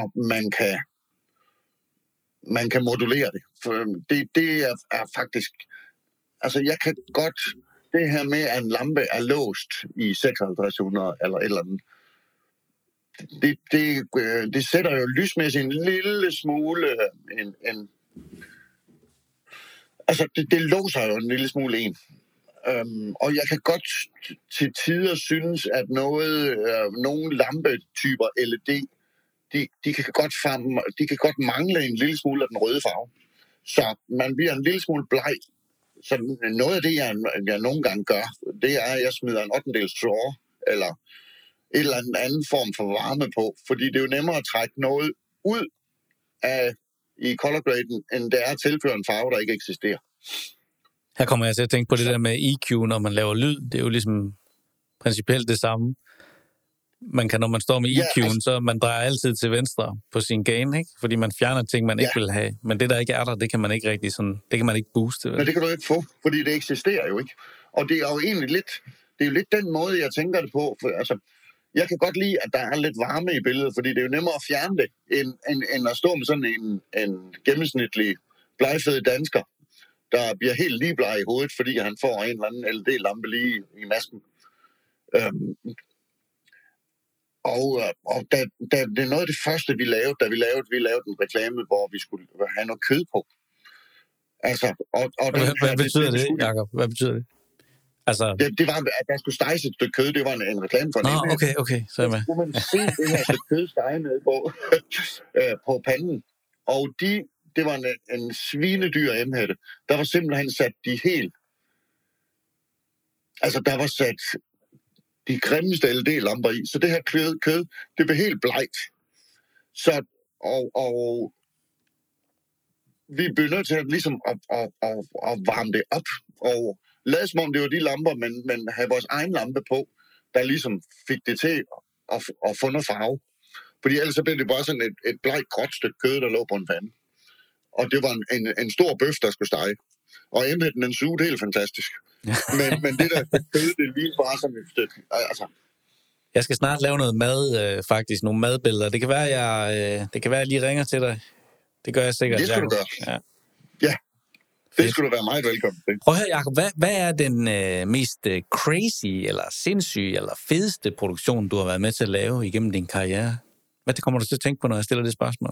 S3: man kan modulere det. For det er faktisk... Altså, jeg kan godt... Det her med, at en lampe er låst i 5600 eller et eller andet, det sætter jo lysmæssigt en lille smule... Altså, det låser jo en lille smule en. Og jeg kan godt til tider synes, at nogle lampetyper LED, de kan godt mangle en lille smule af den røde farve. Så man bliver en lille smule bleg. Så noget af det, jeg nogle gange gør, det er, at jeg smider en 8/8 straw, eller et eller anden form for varme på, fordi det er jo nemmere at trække noget ud i color graden, end det er at tilføre en farve, der ikke eksisterer.
S1: Her kommer jeg til at tænke på det der med EQ, når man laver lyd. Det er jo ligesom principielt det samme. Man kan, når man står med EQ'en, så man drejer altid til venstre på sin gain, ikke? Fordi man fjerner ting, man ikke vil have. Men det, der ikke er der, det kan man ikke rigtig sådan, det kan man ikke booste. Vel?
S3: Men det kan du ikke få, fordi det eksisterer jo ikke. Og det er jo egentlig lidt den måde, jeg tænker det på. For, altså, jeg kan godt lide, at der er lidt varme i billedet, fordi det er jo nemmere at fjerne det, end at stå med sådan en gennemsnitlig blegfed dansker, der bliver helt lige bleg i hovedet, fordi han får en eller anden LED-lampe lige i masken. Og det er noget af det første, vi lavede, da vi lavede en reklame, hvor vi skulle have noget kød på. Altså,
S1: hvad betyder det, Jacob? Hvad betyder det? Altså...
S3: Det var, at der skulle steges et stykke kød. Det var en reklame for en
S1: okay. Så er jeg med.
S3: Så skulle man se det her stykke kød stege ned på panden. Og det var en svinedyr emhætte. Der var simpelthen sat de helt Altså, der var sat de grimmeste LED-lamper i, så det her kød, det blev helt blegt. Så, og vi blev nødt til at, ligesom at varme det op, og lade som om det var de lamper, men have vores egen lampe på, der ligesom fik det til at få noget farve. Fordi ellers så blev det bare sådan et blegt, gråt stykke kød, der lå på en pande. Og det var en stor bøf, der skulle stege. Og embedden, den sugede helt fantastisk. men det der kød, det lignede bare sådan et stykke. Altså.
S1: Jeg skal snart lave noget mad, faktisk. Nogle madbilleder. Det kan være, jeg lige ringer til dig. Det gør jeg sikkert.
S3: Det skal du gøre. Ja. Det skulle du være meget velkommen til.
S1: Prøv at høre, Jacob, hvad er den mest crazy, eller sindssyge, eller fedeste produktion, du har været med til at lave igennem din karriere? Hvad det kommer du til at tænke på, når jeg stiller det spørgsmål?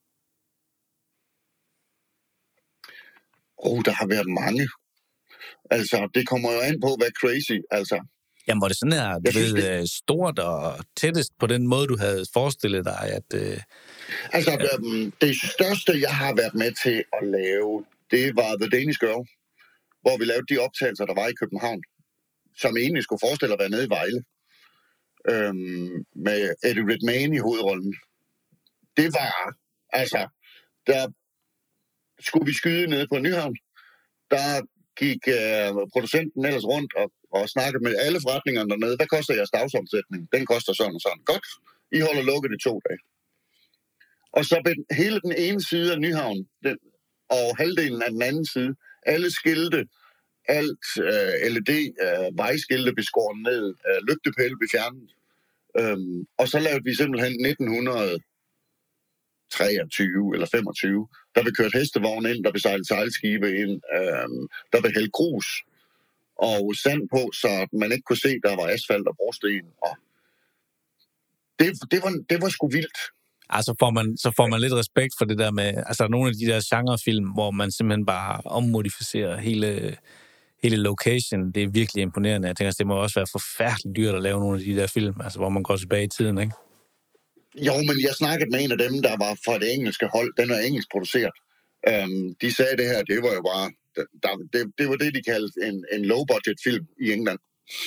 S3: Der har været mange. Altså, det kommer jo an på, hvad crazy, altså.
S1: Jamen, var det sådan her, stort og tættest på den måde, du havde forestillet dig, at...
S3: Altså, det største, jeg har været med til at lave, det var The Danish Girl, hvor vi lavede de optagelser, der var i København, som egentlig skulle forestille at være nede i Vejle, med Eddie Redmayne i hovedrollen. Det var, altså, der skulle vi skyde nede på Nyhavn. Der gik producenten ellers rundt og snakkede med alle forretningerne dernede. Hvad koster jeres dagsomsætning? Den koster sådan og sådan. Godt, I holder lukket i 2 dage. Og så blev hele den ene side af Nyhavn, og halvdelen af den anden side, alle skilte, alt LED, vejskilte blev skåret ned, lygtepæle blev fjernet. Og så lavede vi simpelthen 1923 eller 25. Der blev kørt hestevogn ind, der blev sejlet sejlskibe ind, der blev hældt grus og sand på, så man ikke kunne se, der var asfalt og brosten. Og det var sgu vildt.
S1: Altså får man lidt respekt for det der med, altså nogle af de der genrefilm, hvor man simpelthen bare ommodificerer hele location. Det er virkelig imponerende. Jeg tænker, det må også være forfærdeligt dyrt at lave nogle af de der film, altså hvor man går tilbage i tiden, ikke?
S3: Jo, men jeg snakkede med en af dem, der var fra det engelske hold. Den er engelsk produceret. De sagde det her, det var jo bare... Det var det, de kaldte en low-budget film i England.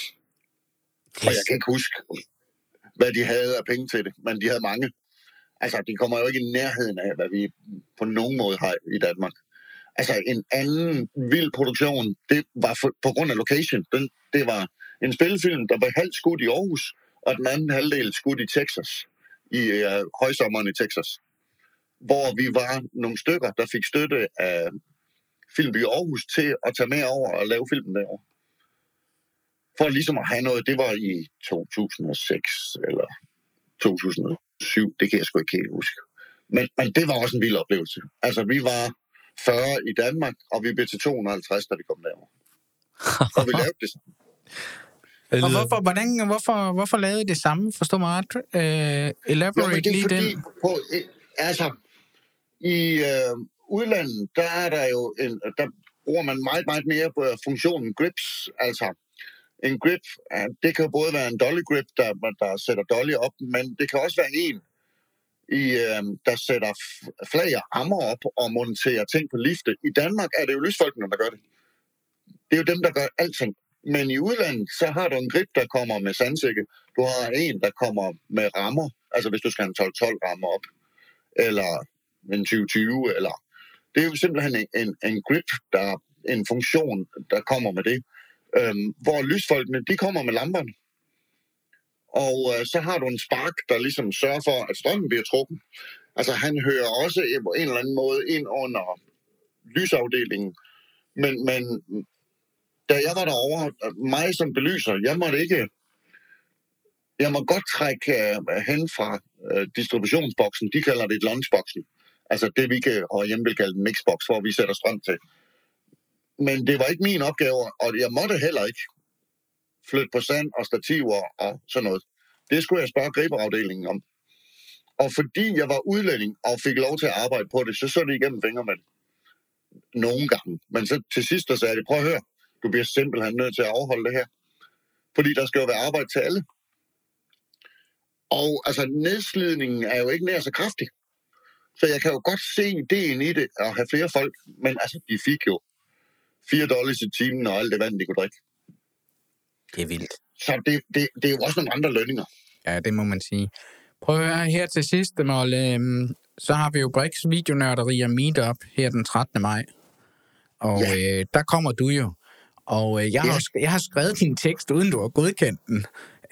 S3: Yes. Og jeg kan ikke huske, hvad de havde af penge til det, men de havde mange. Altså, de kommer jo ikke i nærheden af, hvad vi på nogen måde har i Danmark. Altså, en anden vild produktion, det var på grund af location. Det var en spillefilm, der var halvt skudt i Aarhus, og den anden halvdel skudt i Texas. I højsommeren i Texas. Hvor vi var nogle stykker, der fik støtte af Filmby Aarhus til at tage med over og lave filmen derovre. For ligesom at have noget, det var i 2006 eller 2007, det kan jeg sgu ikke helt huske. Men det var også en vild oplevelse. Altså, vi var 40 i Danmark, og vi blev til 250, da vi kom derover. Og vi lavede det sammen.
S2: Og hvorfor lavede I det samme? Forstår mig ret? Elaborate lige den.
S3: Altså, i udlandet, der er der jo der bruger man meget, meget mere på funktionen grips. Altså, en grip, det kan jo både være en dolly grip, der sætter dolly op, men det kan også være en, der sætter flag og ammer op og monterer ting på lifte. I Danmark er det jo lysfolkene, der gør det. Det er jo dem, der gør alting. Men i udlandet, så har du en grip, der kommer med sandsække. Du har en, der kommer med rammer. Altså hvis du skal have en 12-12 rammer op. Eller en 20-20. Eller... Det er jo simpelthen en grip, der er en funktion, der kommer med det. Hvor lysfolkene, de kommer med lamperne. Og så har du en spark, der ligesom sørger for, at strømmen bliver trukket. Altså han hører også på en eller anden måde ind under lysafdelingen. Men da jeg var derovre, mig som belyser, jeg må godt trække hen fra distributionsboksen. De kalder det lunchboksen. Altså det, vi kan hjemme vil kalde en mixbox, hvor vi sætter strøm til. Men det var ikke min opgave, og jeg måtte heller ikke flytte på sand og stativer og sådan noget. Det skulle jeg spørge griberafdelingen om. Og fordi jeg var udlænding og fik lov til at arbejde på det, så det igennem fingre med det. Nogle gange. Men så til sidst, der sagde de, prøv at høre, du bliver simpelthen nødt til at overholde det her. Fordi der skal jo være arbejde til alle. Og altså, nedslidningen er jo ikke nær så kraftig. Så jeg kan jo godt se ideen i det at have flere folk. Men altså, de fik jo $4 i timen og alt det vand, de kunne drikke.
S2: Det er vildt.
S3: Så det er jo også nogle andre lønninger.
S2: Ja, det må man sige. Prøv at høre her til sidst, Molle. Så har vi jo Brix videonørderier Meetup her den 13. maj. Og der kommer du jo. Og jeg har skrevet din tekst, uden du har godkendt den.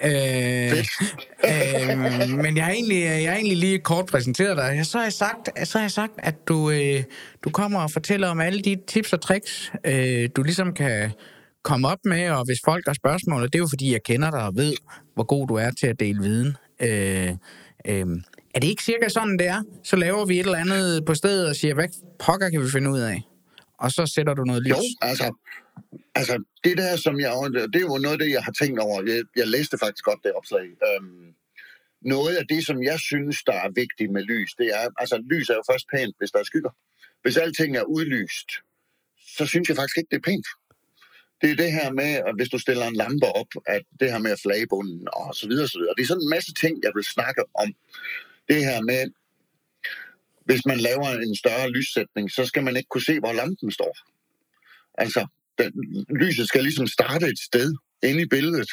S2: Men jeg har egentlig lige kort præsenteret dig. Så har jeg sagt, at du kommer og fortæller om alle de tips og tricks, du ligesom kan komme op med, og hvis folk har spørgsmål, det er jo fordi, jeg kender dig og ved, hvor god du er til at dele viden. Er det ikke cirka sådan, det er? Så laver vi et eller andet på stedet og siger, hvad pokker kan vi finde ud af? Og så sætter du noget lys.
S3: Jo, altså det der, det er jo noget af det, jeg har tænkt over. Jeg læste faktisk godt det opslag. Noget af det, som jeg synes, der er vigtigt med lys, det er, altså lys er jo først pænt, hvis der er skygger. Hvis alting er udlyst, så synes jeg faktisk ikke, det er pænt. Det er det her med, at hvis du stiller en lampe op, at det her med at flage bunden, og så videre, så videre. Det er sådan en masse ting, jeg vil snakke om. Det her med, hvis man laver en større lyssætning, så skal man ikke kunne se, hvor lampen står. Altså, lyset skal ligesom starte et sted inde i billedet,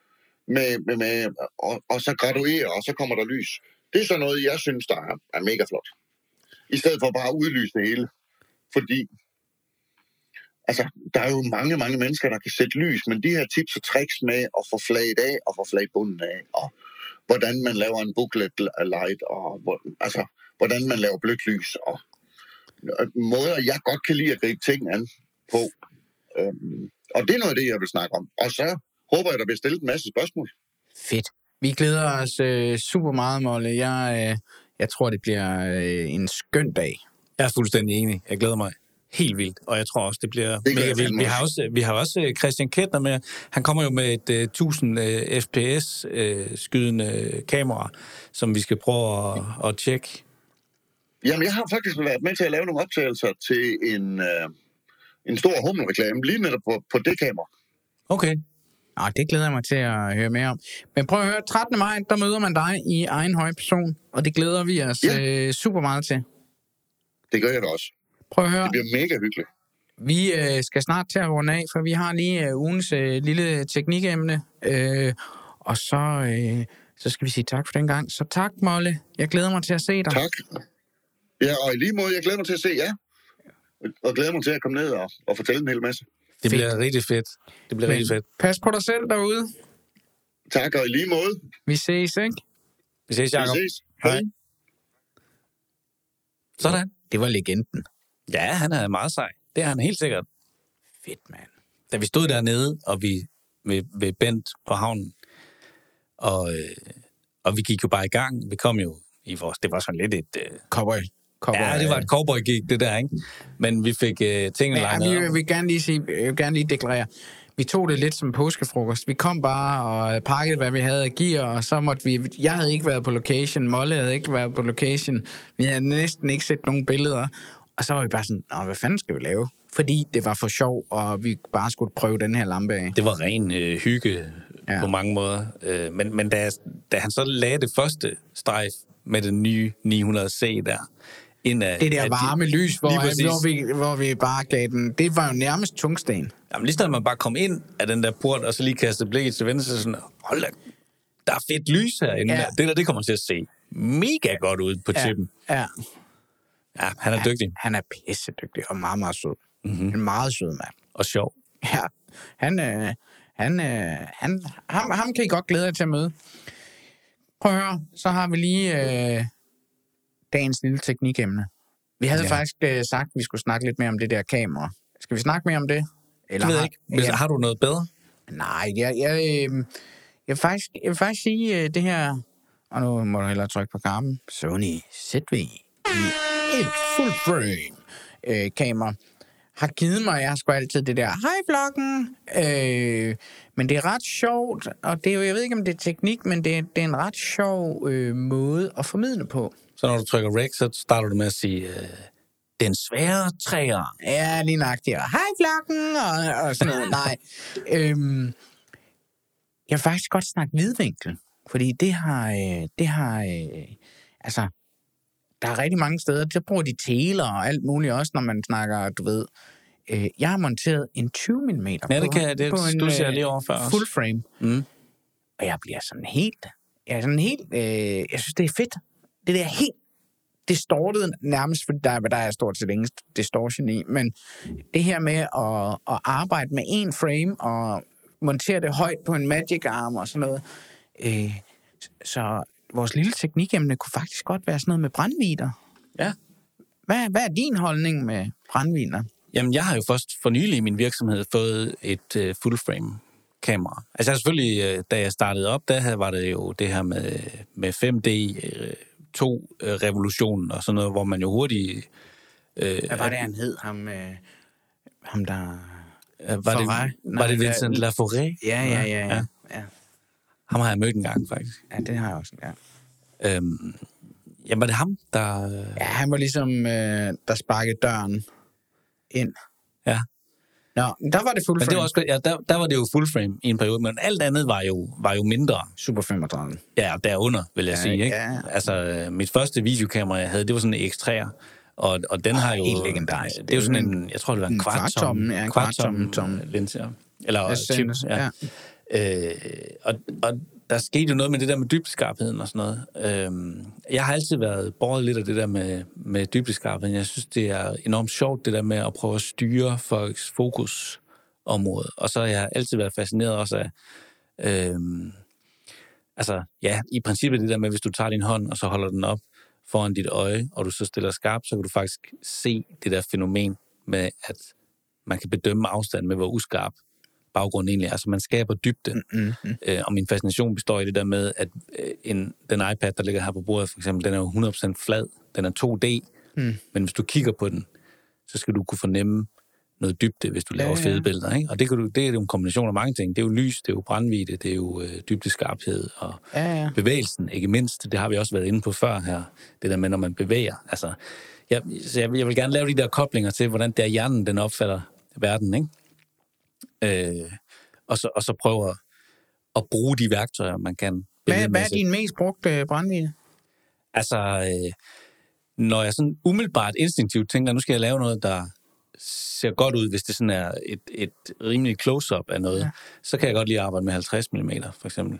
S3: og så graduere, og så kommer der lys. Det er så noget, jeg synes, der er mega flot. I stedet for bare at udlyse det hele. Fordi altså, der er jo mange, mange mennesker, der kan sætte lys, men de her tips og tricks med at få flaget af og få flaget bunden af, og hvordan man laver en booklet light, og hvordan man laver blødt lys, og måder, jeg godt kan lide at gribe ting an på. Og det er noget af det, jeg vil snakke om. Og så håber jeg, der bliver stillet en masse spørgsmål.
S2: Fedt. Vi glæder os super meget, Molle. Jeg tror, det bliver en skøn dag.
S1: Jeg er fuldstændig enig. Jeg glæder mig helt vildt, og jeg tror også, det bliver mega vildt. Vi har også Christian Kettner med. Han kommer jo med et 1000 fps skydende kamera, som vi skal prøve at tjekke.
S3: Jamen, jeg har faktisk været med til at lave nogle optagelser til en stor Hummel-reklame, lige netop på det kamera.
S1: Okay.
S2: Det glæder jeg mig til at høre mere om. Men prøv at høre, 13. maj, der møder man dig i egen høj person, og det glæder vi os super meget til. Det
S3: gør jeg da også.
S2: Prøv at høre.
S3: Det bliver mega hyggeligt.
S2: Vi skal snart til at runde af, for vi har lige ugens lille teknikemne. Og så skal vi sige tak for den gang. Så tak, Molle. Jeg glæder mig til at se dig.
S3: Tak. Ja, og i lige måde, jeg glæder mig til at se jer. Og glæder mig til at komme ned og fortælle en hel masse.
S1: Det bliver rigtig fedt. Det bliver rigtig fedt.
S2: Pas på dig selv derude.
S3: Tak, og i lige måde.
S2: Vi ses, ikke?
S1: Vi ses, Jacob.
S3: Vi ses. Hej.
S1: Sådan.
S2: Det var legenden.
S1: Ja, han er meget sej. Det er han helt sikkert.
S2: Fedt, mand.
S1: Da vi stod dernede, og vi ved Bent på havnen, og vi gik jo bare i gang. Vi kom jo i vores... Det var sådan lidt et...
S2: Cowboy.
S1: Ja, det var et cowboy-gig, det der, ikke? Men vi fik tingene legnet op.
S2: Jeg vil gerne lige deklarere. Vi tog det lidt som påskefrokost. Vi kom bare og pakkede, hvad vi havde at give, og så måtte vi... Jeg havde ikke været på location, Molle havde ikke været på location. Vi havde næsten ikke set nogen billeder. Og så var vi bare sådan, hvad fanden skal vi lave? Fordi det var for sjov, og vi bare skulle prøve den her lampe af.
S1: Det var ren hygge på mange måder. Men da han så lagde det første strejf med den nye 900C der,
S2: det der varme lys, hvor vi bare gav den, det var jo nærmest tungsten.
S1: Jamen lige snart man bare kom ind af den der port, og så lige kastede blikket til venstre, så sådan, hold da, der er fedt lys herinde. Ja. Det kommer til at se mega godt ud på chippen.
S2: Ja,
S1: han er dygtig.
S2: Han er pissedygtig og meget, meget sød. Mm-hmm. En meget sød mand.
S1: Og sjov.
S2: Ja, ham kan I godt glæde jer til at møde. Prøv at høre, så har vi lige dagens lille teknikemne. Vi havde faktisk sagt, at vi skulle snakke lidt mere om det der kamera. Skal vi snakke mere om det?
S1: Eller jeg ved ikke. Har du noget bedre?
S2: Nej, jeg vil faktisk sige det her, og nu må du hellere trykke på kampen. Sony ZV i et full frame kamera har givet mig, jeg har sgu altid det der, hej vloggen, men det er ret sjovt, og det er jo, jeg ved ikke om det er teknik, men det er en ret sjov måde at formidle på.
S1: Så når du trykker rec, så starter du med at sige, den svære træer.
S2: Ja, lige nøjagtigt, og hej vloggen, og sådan noget, nej. Jeg vil faktisk godt snakke vidvinkel, fordi det har altså, der er rigtig mange steder, der bruger de teler og alt muligt også, når man snakker, du ved, Jeg har monteret en 20 mm
S1: Ja, det kan jeg. Det du ser lige over før
S2: full frame.
S1: Mm.
S2: Og jeg bliver sådan helt... jeg synes, det er fedt. Det der helt distortet nærmest, for der er stort set ingen distortion i, men det her med at arbejde med en frame og montere det højt på en Magic Arm og sådan noget. Så vores lille teknikemne kunne faktisk godt være sådan noget med brændvidder.
S1: Ja.
S2: Hvad er din holdning med brændvidder?
S1: Jamen, jeg har jo først for nylig i min virksomhed fået et full-frame kamera. Altså selvfølgelig, da jeg startede op, der var det jo det her med 5D, 2-revolutionen og sådan noget, hvor man jo hurtigt...
S2: Hvad var det, han hed? Ham der...
S1: Var det Vincent Laforet?
S2: Ja.
S1: Ham har jeg mødt en gang, faktisk.
S2: Ja, det har jeg også, ja.
S1: Jamen, var det ham, der...
S2: Ja, han var ligesom, der sparkede døren ind.
S1: Ja.
S2: Nå, der var det full frame.
S1: Men det var også, der var det jo full frame i en periode, men alt andet var jo mindre.
S2: Super 35.
S1: Ja, derunder, vil jeg sige, ikke?
S2: Ja.
S1: Altså, mit første videokamera, jeg havde, det var sådan en X3'er, og den har jo...
S2: Helt legendarisk.
S1: Det er jo sådan en, jeg tror, det var en kvarttomme linse. Eller chip, ja. Og der skete jo noget med det der med dybdeskarpheden og sådan noget. Jeg har altid været båret lidt af det der med dybdeskarpheden. Jeg synes, det er enormt sjovt, det der med at prøve at styre folks fokusområde. Og så har jeg altid været fascineret også af... altså, ja, i princippet det der med, hvis du tager din hånd, og så holder den op foran dit øje, og du så stiller skarpt, så kan du faktisk se det der fænomen med, at man kan bedømme afstanden med, hvor uskarp baggrunden egentlig er. Altså, man skaber dybde. Og min fascination består i det der med, at den iPad, der ligger her på bordet, for eksempel, den er jo 100% flad. Den er 2D. Men hvis du kigger på den, så skal du kunne fornemme noget dybde, hvis du laver fede billeder, ikke? Og det er jo en kombination af mange ting. Det er jo lys, det er jo brændvidde, det er jo dybdeskarphed og bevægelsen, ikke mindst. Det har vi også været inde på før her. Det der med, når man bevæger. Altså, jeg vil gerne lave de der koblinger til, hvordan der hjernen, den opfatter verden, ikke? Og så prøve at bruge de værktøjer, man kan.
S2: Hvad er din mest brugte brændvidde?
S1: Altså, når jeg sådan umiddelbart instinktivt tænker, nu skal jeg lave noget, der ser godt ud, hvis det sådan er et rimeligt close-up af noget, så kan jeg godt lige arbejde med 50 mm, for eksempel.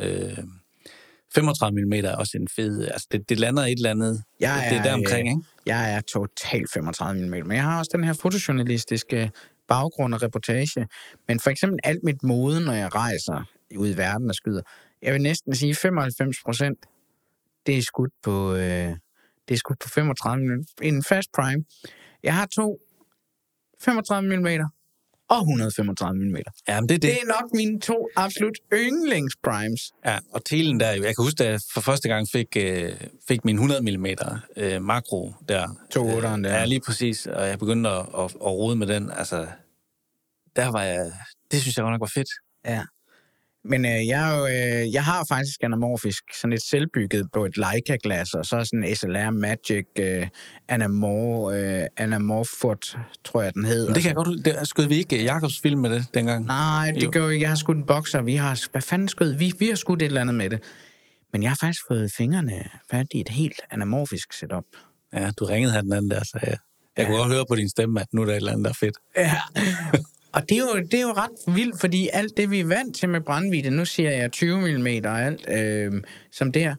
S1: 35 mm er også en fed... Altså, det lander et eller andet... Det er der omkring, ikke?
S2: Jeg er totalt 35 mm, men jeg har også den her fotojournalistiske baggrund og reportage. Men for eksempel alt mit mode, når jeg rejser ud i verden og skyder, jeg vil næsten sige 95%, det er skudt på 35 mm. En fast prime. Jeg har 2 35 mm og 135 mm.
S1: Jamen,
S2: det er nok mine 2 absolut yndlingsprimes.
S1: Ja, og telen der, jeg kan huske, da jeg for første gang fik min 100 mm makro der.
S2: 2.8'eren der.
S1: Ja, lige præcis, og jeg begyndte at rode med den. Altså, der var jeg... Det synes jeg godt nok var fedt.
S2: Ja. Men jeg har faktisk anamorfisk, sådan et selvbygget på et Leica-glas, og så sådan en SLR Magic Anamorphot, tror jeg, den hed.
S3: Men
S1: det kan jeg godt ud. Skød vi ikke Jakobs film med det dengang?
S2: Nej, det gør ikke. Jeg har skudt en bokser. Hvad fanden skød vi? Vi har skudt et eller andet med det. Men jeg har faktisk fået fingrene fat i et helt anamorfisk setup.
S1: Ja, du ringede her den anden der, så jeg kunne godt høre på din stemme, at nu er der et eller andet, der er fedt.
S2: Ja. Og det er jo ret vildt, fordi alt det, vi er vant til med brændvidde, nu siger jeg 20 mm og alt, som der,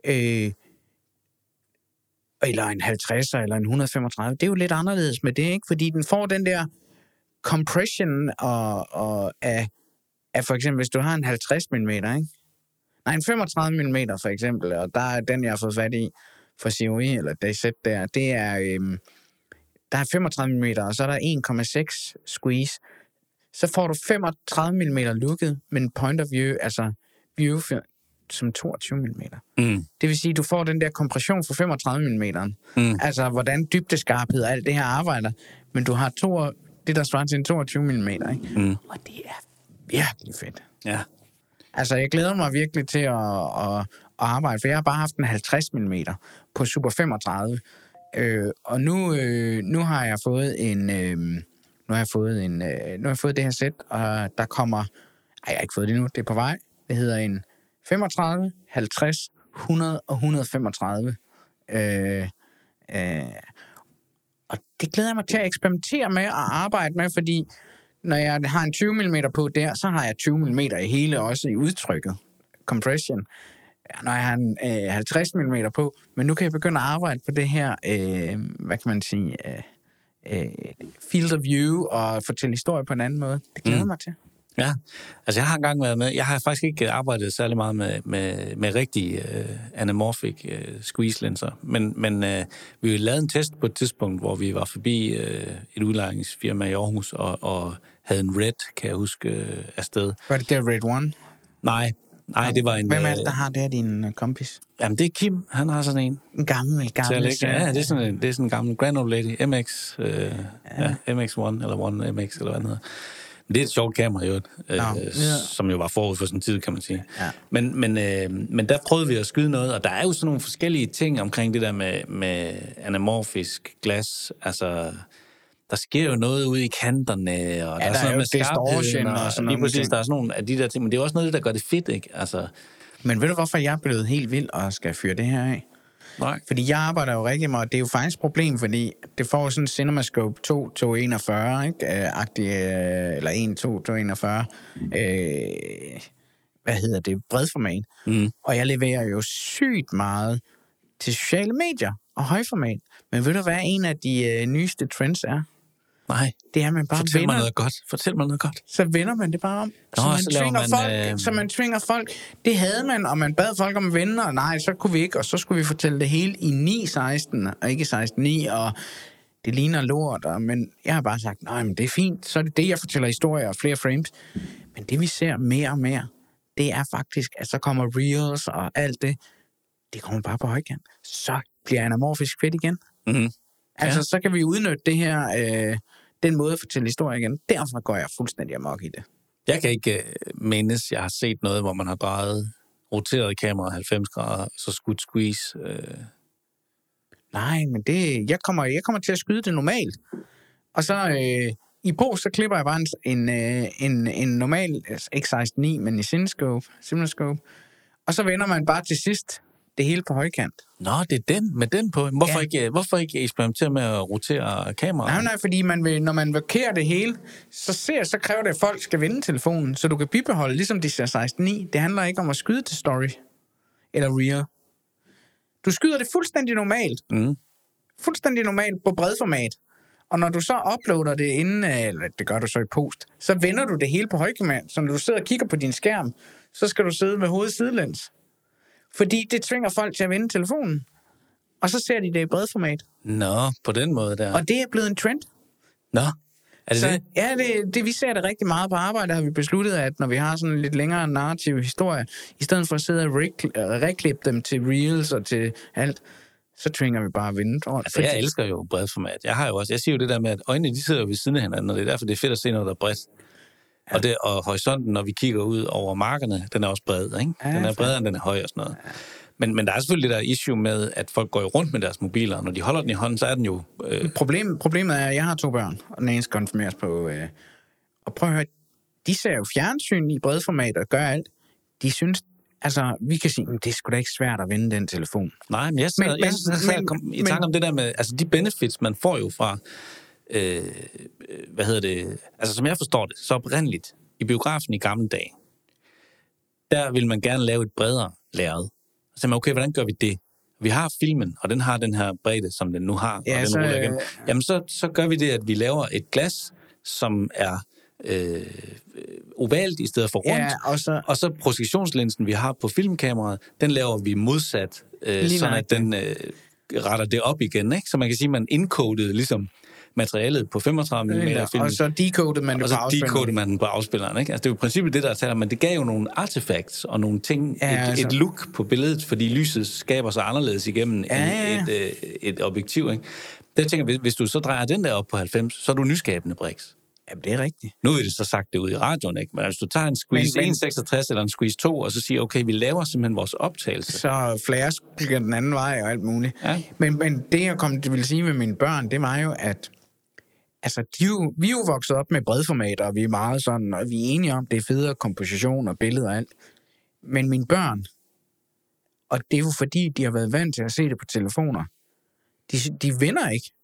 S2: eller en 50'er, eller en 135, det er jo lidt anderledes med det, ikke? Fordi den får den der compression og af for eksempel, hvis du har en 50 mm, ikke? Nej, en 35 mm for eksempel, og der er den, jeg har fået fat i for COE, eller DZ der, det er, der er 35 mm, og så er der 1,6 squeeze. Så får du 35 mm lukket, men point of view, altså view som 22 mm. Det vil sige, at du får den der kompression for 35 mm. Altså, hvordan dybdeskarphed og alt det her arbejder, men du har det, der svarer til en 22 mm, ikke? Og det er virkelig fedt.
S1: Ja.
S2: Altså, jeg glæder mig virkelig til at arbejde, for jeg har bare haft en 50 mm på Super 35. Og nu har jeg fået nu har jeg fået det her sæt, og der kommer... Ej, jeg har ikke fået det nu, det er på vej. Det hedder en 35, 50, 100 og 135. Og det glæder jeg mig til at eksperimentere med og arbejde med, fordi når jeg har en 20 mm på der, så har jeg 20 mm i hele, også i udtrykket. Compression. Når jeg har en 50 mm på, men nu kan jeg begynde at arbejde på det her, hvad kan man sige, field of view og fortælle historie på en anden måde. Det glæder mig til.
S1: Ja, altså jeg har engang været med, jeg har faktisk ikke arbejdet særlig meget med rigtige anamorphic squeeze-linser, men vi lavede en test på et tidspunkt, hvor vi var forbi et udlejningsfirma i Aarhus og havde en Red, kan jeg huske, afsted.
S2: Var det der Red One?
S1: Nej, det var en...
S2: Hvem er det, der har det, din kompis?
S1: Jamen, det er Kim. Han har sådan en.
S2: En gammel.
S1: Ja, det er sådan en gammel Grand Old Lady MX, MX1 eller One MX, eller hvad den hedder. Men det er et sjovt kamera, jo, som jo var forud for sådan en tid, kan man sige. Ja. Men der prøvede vi at skyde noget, og der er jo sådan nogle forskellige ting omkring det der med anamorfisk glas. Altså, der sker jo noget ude i kanterne, og der er sådan noget med skarpheden, og sådan noget. Præcis, der er sådan nogle af de der ting, men det er også noget, der gør det fedt, ikke? Altså. Men
S2: ved du, hvorfor jeg er blevet helt vild og skal fyre det her af?
S1: Nej.
S2: Fordi jeg arbejder jo rigtig meget, og det er jo faktisk et problem, fordi det får sådan en CinemaScope 2-241, ikke? Eller 1-2-241, bredformat. Og jeg leverer jo sygt meget til sociale medier og højformat. Men ved du, hvad en af de nyeste trends er?
S1: Nej.
S2: Det er, man bare
S1: Fortæl mig noget godt.
S2: Så vender man det bare om. Så man tvinger folk. Det havde man, og man bad folk om at vende, og nej, så kunne vi ikke, og så skulle vi fortælle det hele i 9-16, og ikke 16-9, og det ligner lort, men jeg har bare sagt, nej, men det er fint, så er det, jeg fortæller historier og flere frames. Men det, vi ser mere og mere, det er faktisk, at så kommer reels og alt det kommer bare på højkant. Så bliver anamorfisk fedt igen.
S1: Mm-hmm.
S2: Altså, så kan vi udnytte det her, den måde at fortælle historie igen. Derfor går jeg fuldstændig amok i det.
S1: Jeg kan ikke mindes, jeg har set noget, hvor man har roteret kameraet 90 grader, så skudt squeeze.
S2: Nej, men jeg kommer til at skyde det normalt. Og så i post, så klipper jeg bare en normal, altså ikke 16.9, men i CinemaScope. Og så vender man bare til sidst det hele på højkant.
S1: Nå, det er den med den på. Hvorfor ikke eksperimentere med at rotere kameraet?
S2: Nej, fordi når man markerer det hele, så kræver det, at folk skal vende telefonen, så du kan bibeholde, ligesom de ser 16.9. Det handler ikke om at skyde til story eller reel. Du skyder det fuldstændig normalt. Fuldstændig normalt på bredformat. Og når du så uploader det inden, eller det gør du så i post, så vender du det hele på højkant. Så når du sidder og kigger på din skærm, så skal du sidde med hovedet sidelæns. Fordi det tvinger folk til at vende telefonen. Og så ser de det i bredformat.
S1: Nå, på den måde der.
S2: Og det er blevet en trend.
S1: Nå, er det
S2: så,
S1: det?
S2: Ja, vi ser det rigtig meget på arbejde, har vi besluttet, at når vi har sådan en lidt længere narrativ historie, i stedet for at sidde og reklippe dem til reels og til alt, så tvinger vi bare at vende.
S1: Altså, jeg elsker jo bredformat. Jeg siger jo det der med, at øjnene de sidder jo ved siden af hinanden, og det er derfor, det er fedt at se noget, der er bredt. Ja. Og horisonten, når vi kigger ud over markerne, den er også bred, ikke? Den er bredere, end den er høj og sådan noget. Ja. Men der er selvfølgelig det der issue med, at folk går rundt med deres mobiler, og når de holder den i hånden, så er den jo...
S2: Problemet er, at jeg har 2 børn, og den ene skal konfirmeres på... Og prøv at høre, de ser jo fjernsyn i bredformat og gør alt. De synes... Altså, vi kan sige, at det er sgu da ikke svært at vende den telefon.
S1: Nej, men jeg kom i tanke om det der med... Altså, de benefits, man får jo fra... Altså, som jeg forstår det, så oprindeligt i biografen i gamle dage, der vil man gerne lave et bredere lærred. Så man, okay, hvordan gør vi det? Vi har filmen, og den har den her bredde, som den nu har,
S2: ja,
S1: og den ruller igennem. Jamen, så gør vi det, at vi laver et glas, som er ovalt i stedet for rundt,
S2: ja,
S1: og så projektionslinsen, vi har på filmkameraet, den laver vi modsat, sådan at den retter det op igen, ikke? Så man kan sige, at man indkodede ligesom materialet på 35 mm film.
S2: Og så decodede man
S1: det på afspilleren. Ikke? Altså, det er jo i princippet det, der taler, men det gav jo nogle artefacts og nogle ting, et look på billedet, fordi lyset skaber sig anderledes igennem et objektiv. Ikke? Der tænker jeg, hvis du så drejer den der op på 90, så er du nyskabende, Brix.
S2: Jamen, det er rigtigt.
S1: Nu er det så sagt det ud i radioen, ikke? Men hvis du tager en Squeeze 1.66 eller en Squeeze 2, og så siger, okay, vi laver simpelthen vores optagelse.
S2: Så flares klikker den anden vej og alt muligt. Ja. Men det, jeg ville sige med mine børn, det var jo, at altså, vi er jo vokset op med bredformater, og vi er meget sådan, og vi er enige om, det er federe komposition og billeder og alt. Men mine børn, og det er jo fordi, de har været vant til at se det på telefoner, de vinder ikke.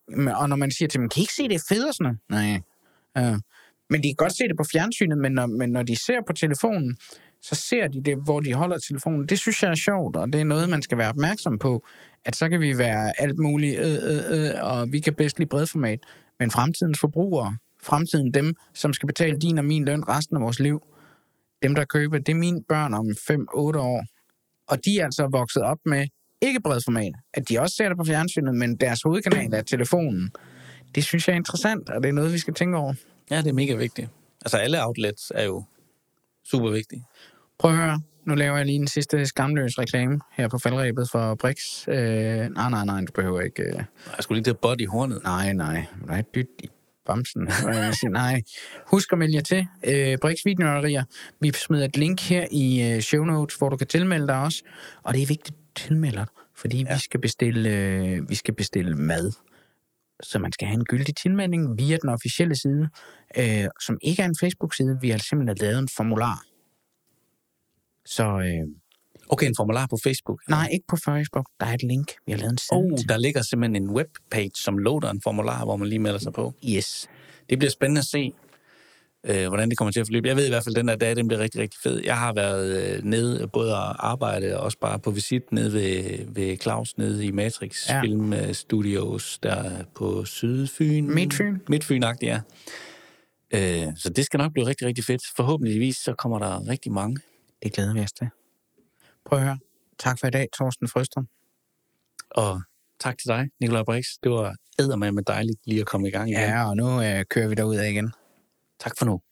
S2: Og når man siger til dem, kan I ikke se, det er fedt og sådan noget? Nej. Men de kan godt se det på fjernsynet, men når de ser på telefonen, så ser de det, hvor de holder telefonen. Det synes jeg er sjovt, og det er noget, man skal være opmærksom på, at så kan vi være alt muligt, og vi kan bedst lide bredformat. Men fremtidens forbrugere, dem, som skal betale din og min løn resten af vores liv, dem, der køber, det er mine børn om 5-8 år. Og de er altså vokset op med ikke bredformat. At de også ser det på fjernsynet, men deres hovedkanal er telefonen. Det synes jeg er interessant, og det er noget, vi skal tænke over.
S1: Ja, det er mega vigtigt. Altså, alle outlets er jo super vigtige.
S2: Prøv at høre. Nu laver jeg lige en sidste skamløs reklame her på faldrebet for Brix. Nej, du behøver ikke...
S1: Jeg skulle lige til at botte i hornet.
S2: Nej, dyt i bamsen. Nej. Husk at melde jer til Brix Videonørderier. Vi smider et link her i show notes, hvor du kan tilmelde dig også. Og det er vigtigt, at tilmelde dig, fordi vi skal bestille mad. Så man skal have en gyldig tilmelding via den officielle side, som ikke er en Facebook-side. Vi har simpelthen lavet en formular. Så...
S1: Okay, en formular på Facebook?
S2: Nej, ikke på Facebook. Der er et link. Vi har lavet en side.
S1: Der ligger simpelthen en webpage, som loader en formular, hvor man lige melder sig på.
S2: Yes.
S1: Det bliver spændende at se, hvordan det kommer til at forløbe. Jeg ved i hvert fald, at den her dag, den bliver rigtig, rigtig fed. Jeg har været nede både at arbejde og også bare på visit nede ved Claus, nede i Matrix Film Studios, der på Sydfyn. Midtfyn-agtigt, ja. Så det skal nok blive rigtig, rigtig fedt. Forhåbentligvis så kommer der rigtig mange.
S2: Det glæder vi os til. Prøv at høre. Tak for i dag, Torsten Frøstrup.
S1: Og tak til dig, Nikolaj Brix. Det var eddermame dejligt lige at komme i gang igen.
S2: Ja, og nu kører vi derud af igen.
S1: Tak for nu.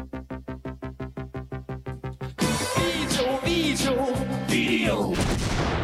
S1: Video.